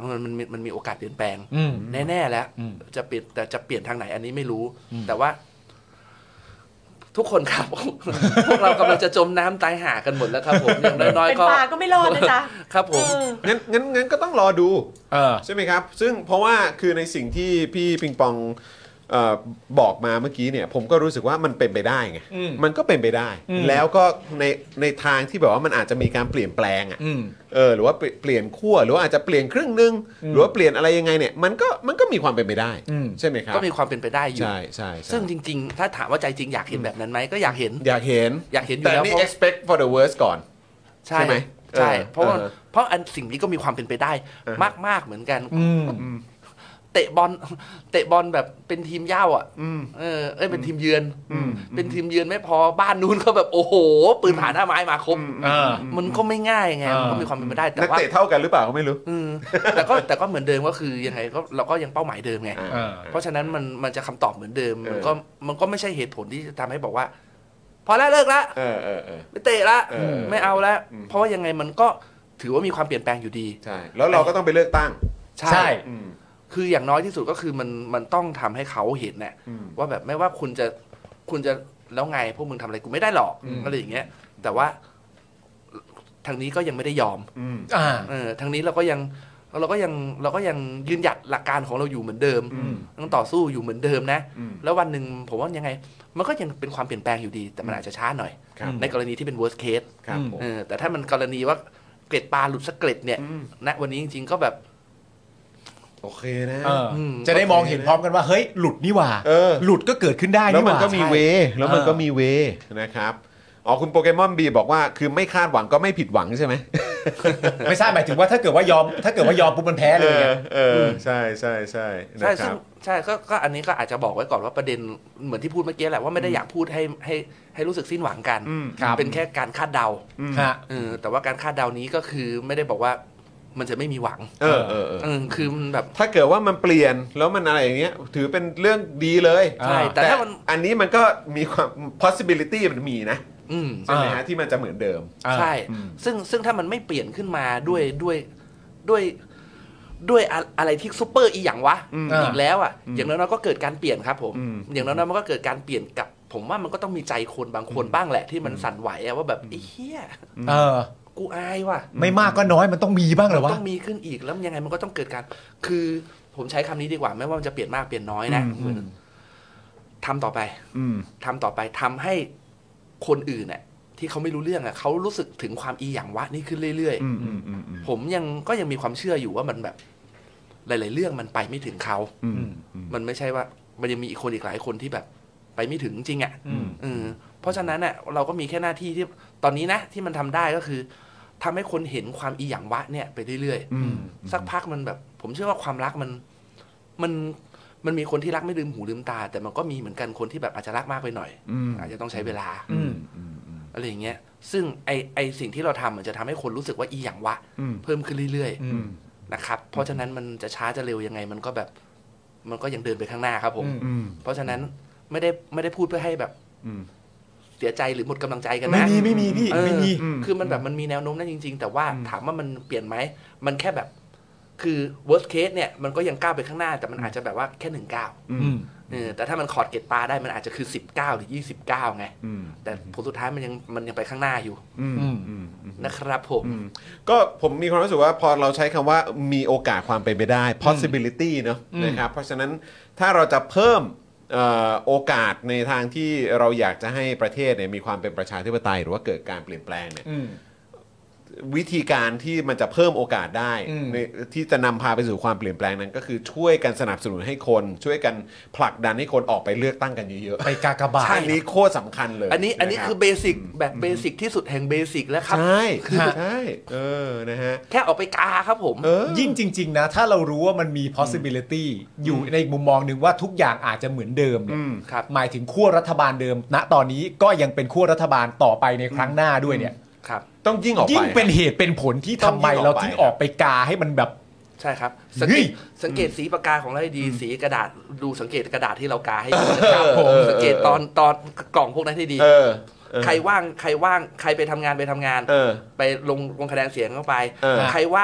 มันมันมันมีโอกาสเปลี่ยนแปลงแน่ๆแล้วจะเปลี่ยนแต่จะเปลี่ยนทางไหนอันนี้ไม่รู้แต่ว่าทุกคนครับ พวกเรากำลังจะจมน้ำตายห่ากันหมดแล้วครับผมอย่างน้อยๆก็เป็นปลาก็ไม่รอดนะจ๊ะครับผมงั้นงั้นงั้นก็ต้องรอดูใช่ไหมครับซึ่งเพราะว่าคือในสิ่งที่พี่ปิงปองบอกมาเมื่อกี้เนี่ยผมก็รู้สึกว่ามันเป็นไปได้ไงมันก็เป็นไปได้แล้วก็ในในทางที่แบบว่ามันอาจจะมีการเปลี่ยนแปลงอ่ะเออหรือว่าเปลี่ยนขั้วหรือว่าอาจจะเปลี่ยนครึ่งนึงหรือว่าเปลี่ยนอะไรยังไงเนี่ยมันก็มันก็มีความเป็นไปได้ใช่ไหมครับก็มีความเป็นไปได้อยู่ใช่ใช่ซึ่งจริงๆถ้าถามว่าใจจริงอยากเห็นแบบนั้นไหมก็อยากเห็นอยากเห็นอยากเห็นอยู่แล้วแต่นี่ expect for the worst ก่อนใช่ไหมใช่เพราะเพราะอันสิ่งนี้ก็มีความเป็นไปได้มากๆเหมือนกันเตะบอลเตะบอลแบบเป็นทีมเย่าอ่ะเออเอ้ยเป็นทีมเยือนเป็นทีมเยือนไม่พอบ้านนู้นก็แบบโอ้โหปืนผ่านหน้าไม้มาคมมันก็ไม่ง่ายไงมันก็มีความเป็นไปได้แต่ว่านักเตะเท่ากันหรือเปล่าก็ไม่รู้แต่ก็แต่ก็เหมือนเดิมก็คือยังไงก็เราก็ยังเป้าหมายเดิมไงเพราะฉะนั้นมันมันจะคำตอบเหมือนเดิมมันก็มันก็ไม่ใช่เหตุผลที่จะทำให้บอกว่าพอแล้วเลิกละไม่เตะละไม่เอาละเพราะว่ายังไงมันก็ถือว่ามีความเปลี่ยนแปลงอยู่ดีใช่แล้วเราก็ต้องไปเลือกตั้งใช่คืออย่างน้อยที่สุดก็คือมันมันต้องทำให้เขาเห็นเนี่ยว่าแบบไม่ว่าคุณจะคุณจะแล้วไงพวกมึงทำอะไรกูไม่ได้หรอกอะไรอย่างเงี้ยแต่ว่าทางนี้ก็ยังไม่ได้ยอมอ่าเออทางนี้เราก็ยังเราก็ยังเราก็ยังยืนหยัดหลักการของเราอยู่เหมือนเดิมต้องต่อสู้อยู่เหมือนเดิมนะแล้ววันหนึ่งผมว่ายังไงมันก็ยังเป็นความเปลี่ยนแปลงอยู่ดีแต่มันอาจจะช้าหน่อยในกรณีที่เป็น worst case เออแต่ถ้ามันกรณีว่าเกล็ดปลาหลุดสักเกล็ดเนี่ยณวันนี้จริงๆก็แบบโอเคนะจะได้มองเห็นพร้อมกันว่าเฮ้ยหลุดนี่หว่าหลุดก็เกิดขึ้นได้แล้วมันก็มีเวแล้วมันก็มีเวนะครับอ๋อคุณโปเกมอนบีบอกว่าคือไม่คาดหวังก็ไม่ผิดหวังใช่ไหมไม่ใช่หมายถึงว่าถ้าเกิดว่ายอมถ้าเกิดว่ายอมปุ๊บมันแพ้เลยไงเออใช่ใช่ใช่ใช่ใช่ก็ก็อันนี้ก็อาจจะบอกไว้ก่อนว่าประเด็นเหมือนที่พูดเมื่อกี้แหละว่าไม่ได้อยากพูดให้ให้ให้รู้สึกสิ้นหวังกันเป็นแค่การคาดเดาแต่ว่าการคาดเดานี้ก็คือไม่ได้บอกว่ามันจะไม่มีหวังเออเออเออคือมันแบบถ้าเกิดว่ามันเปลี่ยนแล้วมันอะไรอย่างเงี้ยถือเป็นเรื่องดีเลยใช่แต่ถ้ามันอันนี้มันก็มีความ possibility มันมีนะใช่ไหมฮะที่มันจะเหมือนเดิมใช่ซึ่งซึ่งถ้ามันไม่เปลี่ยนขึ้นมาด้วยด้วยด้วยด้วยอะไรที่ซุปเปอร์อีหยังวะอีกแล้วอ่ะอย่างน้อยๆก็เกิดการเปลี่ยนครับผมอย่างน้อยๆมันก็เกิดการเปลี่ยนกับผมว่ามันก็ต้องมีใจคนบางคนบ้างแหละที่มันสั่นไหวว่าแบบไอ้เหี้ยเออกูอายว่ะไม่มากก็น้อยมันต้องมีบ้างเหรอวะต้องมีขึ้นอีกแล้วยังไงมันก็ต้องเกิดการคือผมใช้คำนี้ดีกว่าไม่ว่ามันจะเปลี่ยนมากเปลี่ยนน้อยนะทำต่อไปทำต่อไปทำให้คนอื่นเนี่ยที่เขาไม่รู้เรื่องอ่ะเขารู้สึกถึงความอีหยังวะนี่ขึ้นเรื่อยๆผมยังก็ยังมีความเชื่ออยู่ว่ามันแบบหลายๆเรื่องมันไปไม่ถึงเขามันไม่ใช่ว่ามันยังมีอีกคนอีกหลายคนที่แบบไปไม่ถึงจริงอ่ะเพราะฉะนั้นเนี่ยเราก็มีแค่หน้าที่ที่ตอนนี้นะที่มันทำได้ก็คือทำให้คนเห็นความอีหยังวะเนี่ยไปเรื่อยๆสักพักมันแบบผมเชื่อว่าความรักมันมันมันมีคนที่รักไม่ลืมหูลืมตาแต่มันก็มีเหมือนกันคนที่แบบอาจจะรักมากไปหน่อยอาจจะต้องใช้เวลาอะไรอย่างเงี้ยซึ่งไอไอสิ่งที่เราทำมันจะทำให้คนรู้สึกว่าอีหยังวะเพิ่มขึ้นเรื่อยๆนะครับเพราะฉะนั้นมันจะช้าจะเร็วยังไงมันก็แบบมันก็ยังเดินไปข้างหน้าครับผมเพราะฉะนั้นไม่ได้ไม่ได้พูดเพื่อให้แบบเสียใจหรือหมดกำลังใจกันนะไม่มีไม่มีพี่ไม่มีคือมันแบบมันมีแนวโน้มนั่นจริงๆแต่ว่าถามว่ามันเปลี่ยนไหมมันแค่แบบคือ worst case เนี่ยมันก็ยังก้าวไปข้างหน้าแต่มันอาจจะแบบว่าแค่หนึ่งก้าวแต่ถ้ามันขอดเกตตาได้มันอาจจะคือสิบเก้าหรือยี่สิบเก้าไงแต่ผลสุดท้ายมันยังมันยังไปข้างหน้าอยู่นะครับผมก็ผมมีความรู้สึกว่าพอเราใช้คำว่ามีโอกาสความเป็นไปได้ possibility เนอะนะครับเพราะฉะนั้นถ้าเราจะเพิ่มโอกาสในทางที่เราอยากจะให้ประเทศเนี่ยมีความเป็นประชาธิปไตยหรือว่าเกิดการเปลี่ยนแปลงเนี่ยวิธีการที่มันจะเพิ่มโอกาสได้ที่จะนำพาไปสู่ความเปลี่ยนแปลงนั้นก็คือช่วยกันสนับสนุนให้คนช่วยกันผลักดันให้คนออกไปเลือกตั้งกันเยอะๆไปกากบาทอันนี้โคตรสำคัญเลยอันนี้อันนี้คือเบสิกแบบเบสิกที่สุดแห่งเบสิกแล้วครับใช่ใช่เออนะฮะแค่ออกไปกาครับผมยิ่งจริงๆนะถ้าเรารู้ว่ามันมี possibility อยู่ในมุมมองนึงว่าทุกอย่างอาจจะเหมือนเดิมเนี่ยหมายถึงขั้วรัฐบาลเดิมณตอนนี้ก็ยังเป็นขั้วรัฐบาลต่อไปในครั้งหน้าด้วยเนี่ยต้องยิ่งออกไปยิ่งเป็นเหตุเป็นผลที่ทำไมเราถึงออกไปกาให้มันแบบใช่ครับสังเกตสังเกตสีปากกาของเราให้ดีสีกระดาษดูสังเกตกระดาษที่เรากาให้ดีนะครับสังเกตตอนตอนกล่องพวกนั้นให้ดีใครว่างใครว่างใครไปทำงานไปทำงานไปลงลงคะแนนเสียงเข้าไปใครว่าง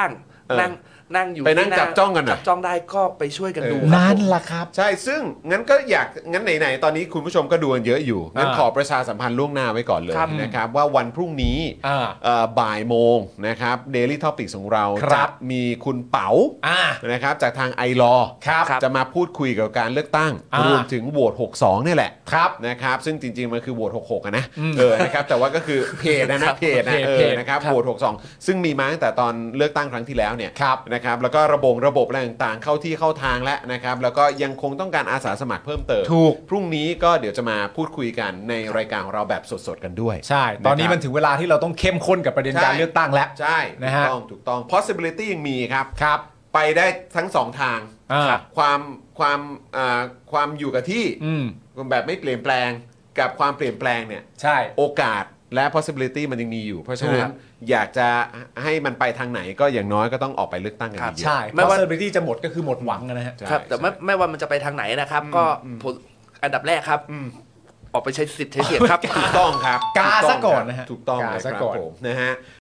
นั่งนั่งอยู่ไปนั่งจับจ้องกันหน่จัอยบจ้องได้ก็ไปช่วยกันดูนั่นล่ะครับใช่ซึ่งงั้นก็อยากงั้นไหนๆตอนนี้คุณผู้ชมก็ดูกันเยอะอยู่งั้นขอประชาสัมพันธ์ล่วงหน้าไว้ก่อนเลยนะครับว่าวันพรุ่งนี้บ่ายโมงนะครับ Daily Topics ของเราจะมีคุณเป๋านะครับจากทางไอลอจะมาพูดคุยกับการเลือกตั้งรวมถึงโหวตหกสิบสองนี่แหละนะครับซึ่งจริงๆมันคือโหวตหกสิบหกนะเออนะครับแต่ว่าก็คือเพจนะนะเพจนะเออนะครับโหวตหกสิบสองซึ่งมีมาตั้งแต่ตอนเลือกตั้งครั้งที่แล้วเนี่ยนะครับแล้วก็ระบบระบบอะไรต่างๆเข้าที่เข้าทางแล้วนะครับแล้วก็ยังคงต้องการอาสาสมัครเพิ่มเติมถูกพรุ่งนี้ก็เดี๋ยวจะมาพูดคุยกันในรายการของเราแบบสดๆกันด้วยใช่ตอนนี้มันถึงเวลาที่เราต้องเข้มข้นกับประเด็นการเลือกตั้งแล้วใช่นะฮะถูกต้องถูกต้อง possibility ยังมีครับครับไปได้ทั้งสองทางความความความอยู่กับที่แบบไม่เปลี่ยนแปลงกับความเปลี่ยนแปลงเนี่ยใช่โอกาสและ possibility มันยังมีอยู่เพราะฉะนั้นอยากจะให้มันไปทางไหนก็อย่างน้อยก็ต้องออกไปเลือกตั้งกันเยอะใช่ possibility จะหมดก็คือหมดหวังนะฮะครับแต่ไม่ไม่ว่ามันจะไปทางไหนนะครับก็อันดับแรกครับออกไปใช้สิทธิ์ใช้เสียงครับถูกต้องครับกาซะก่อนนะฮะถูกต้องกาซะก่อนนะฮะ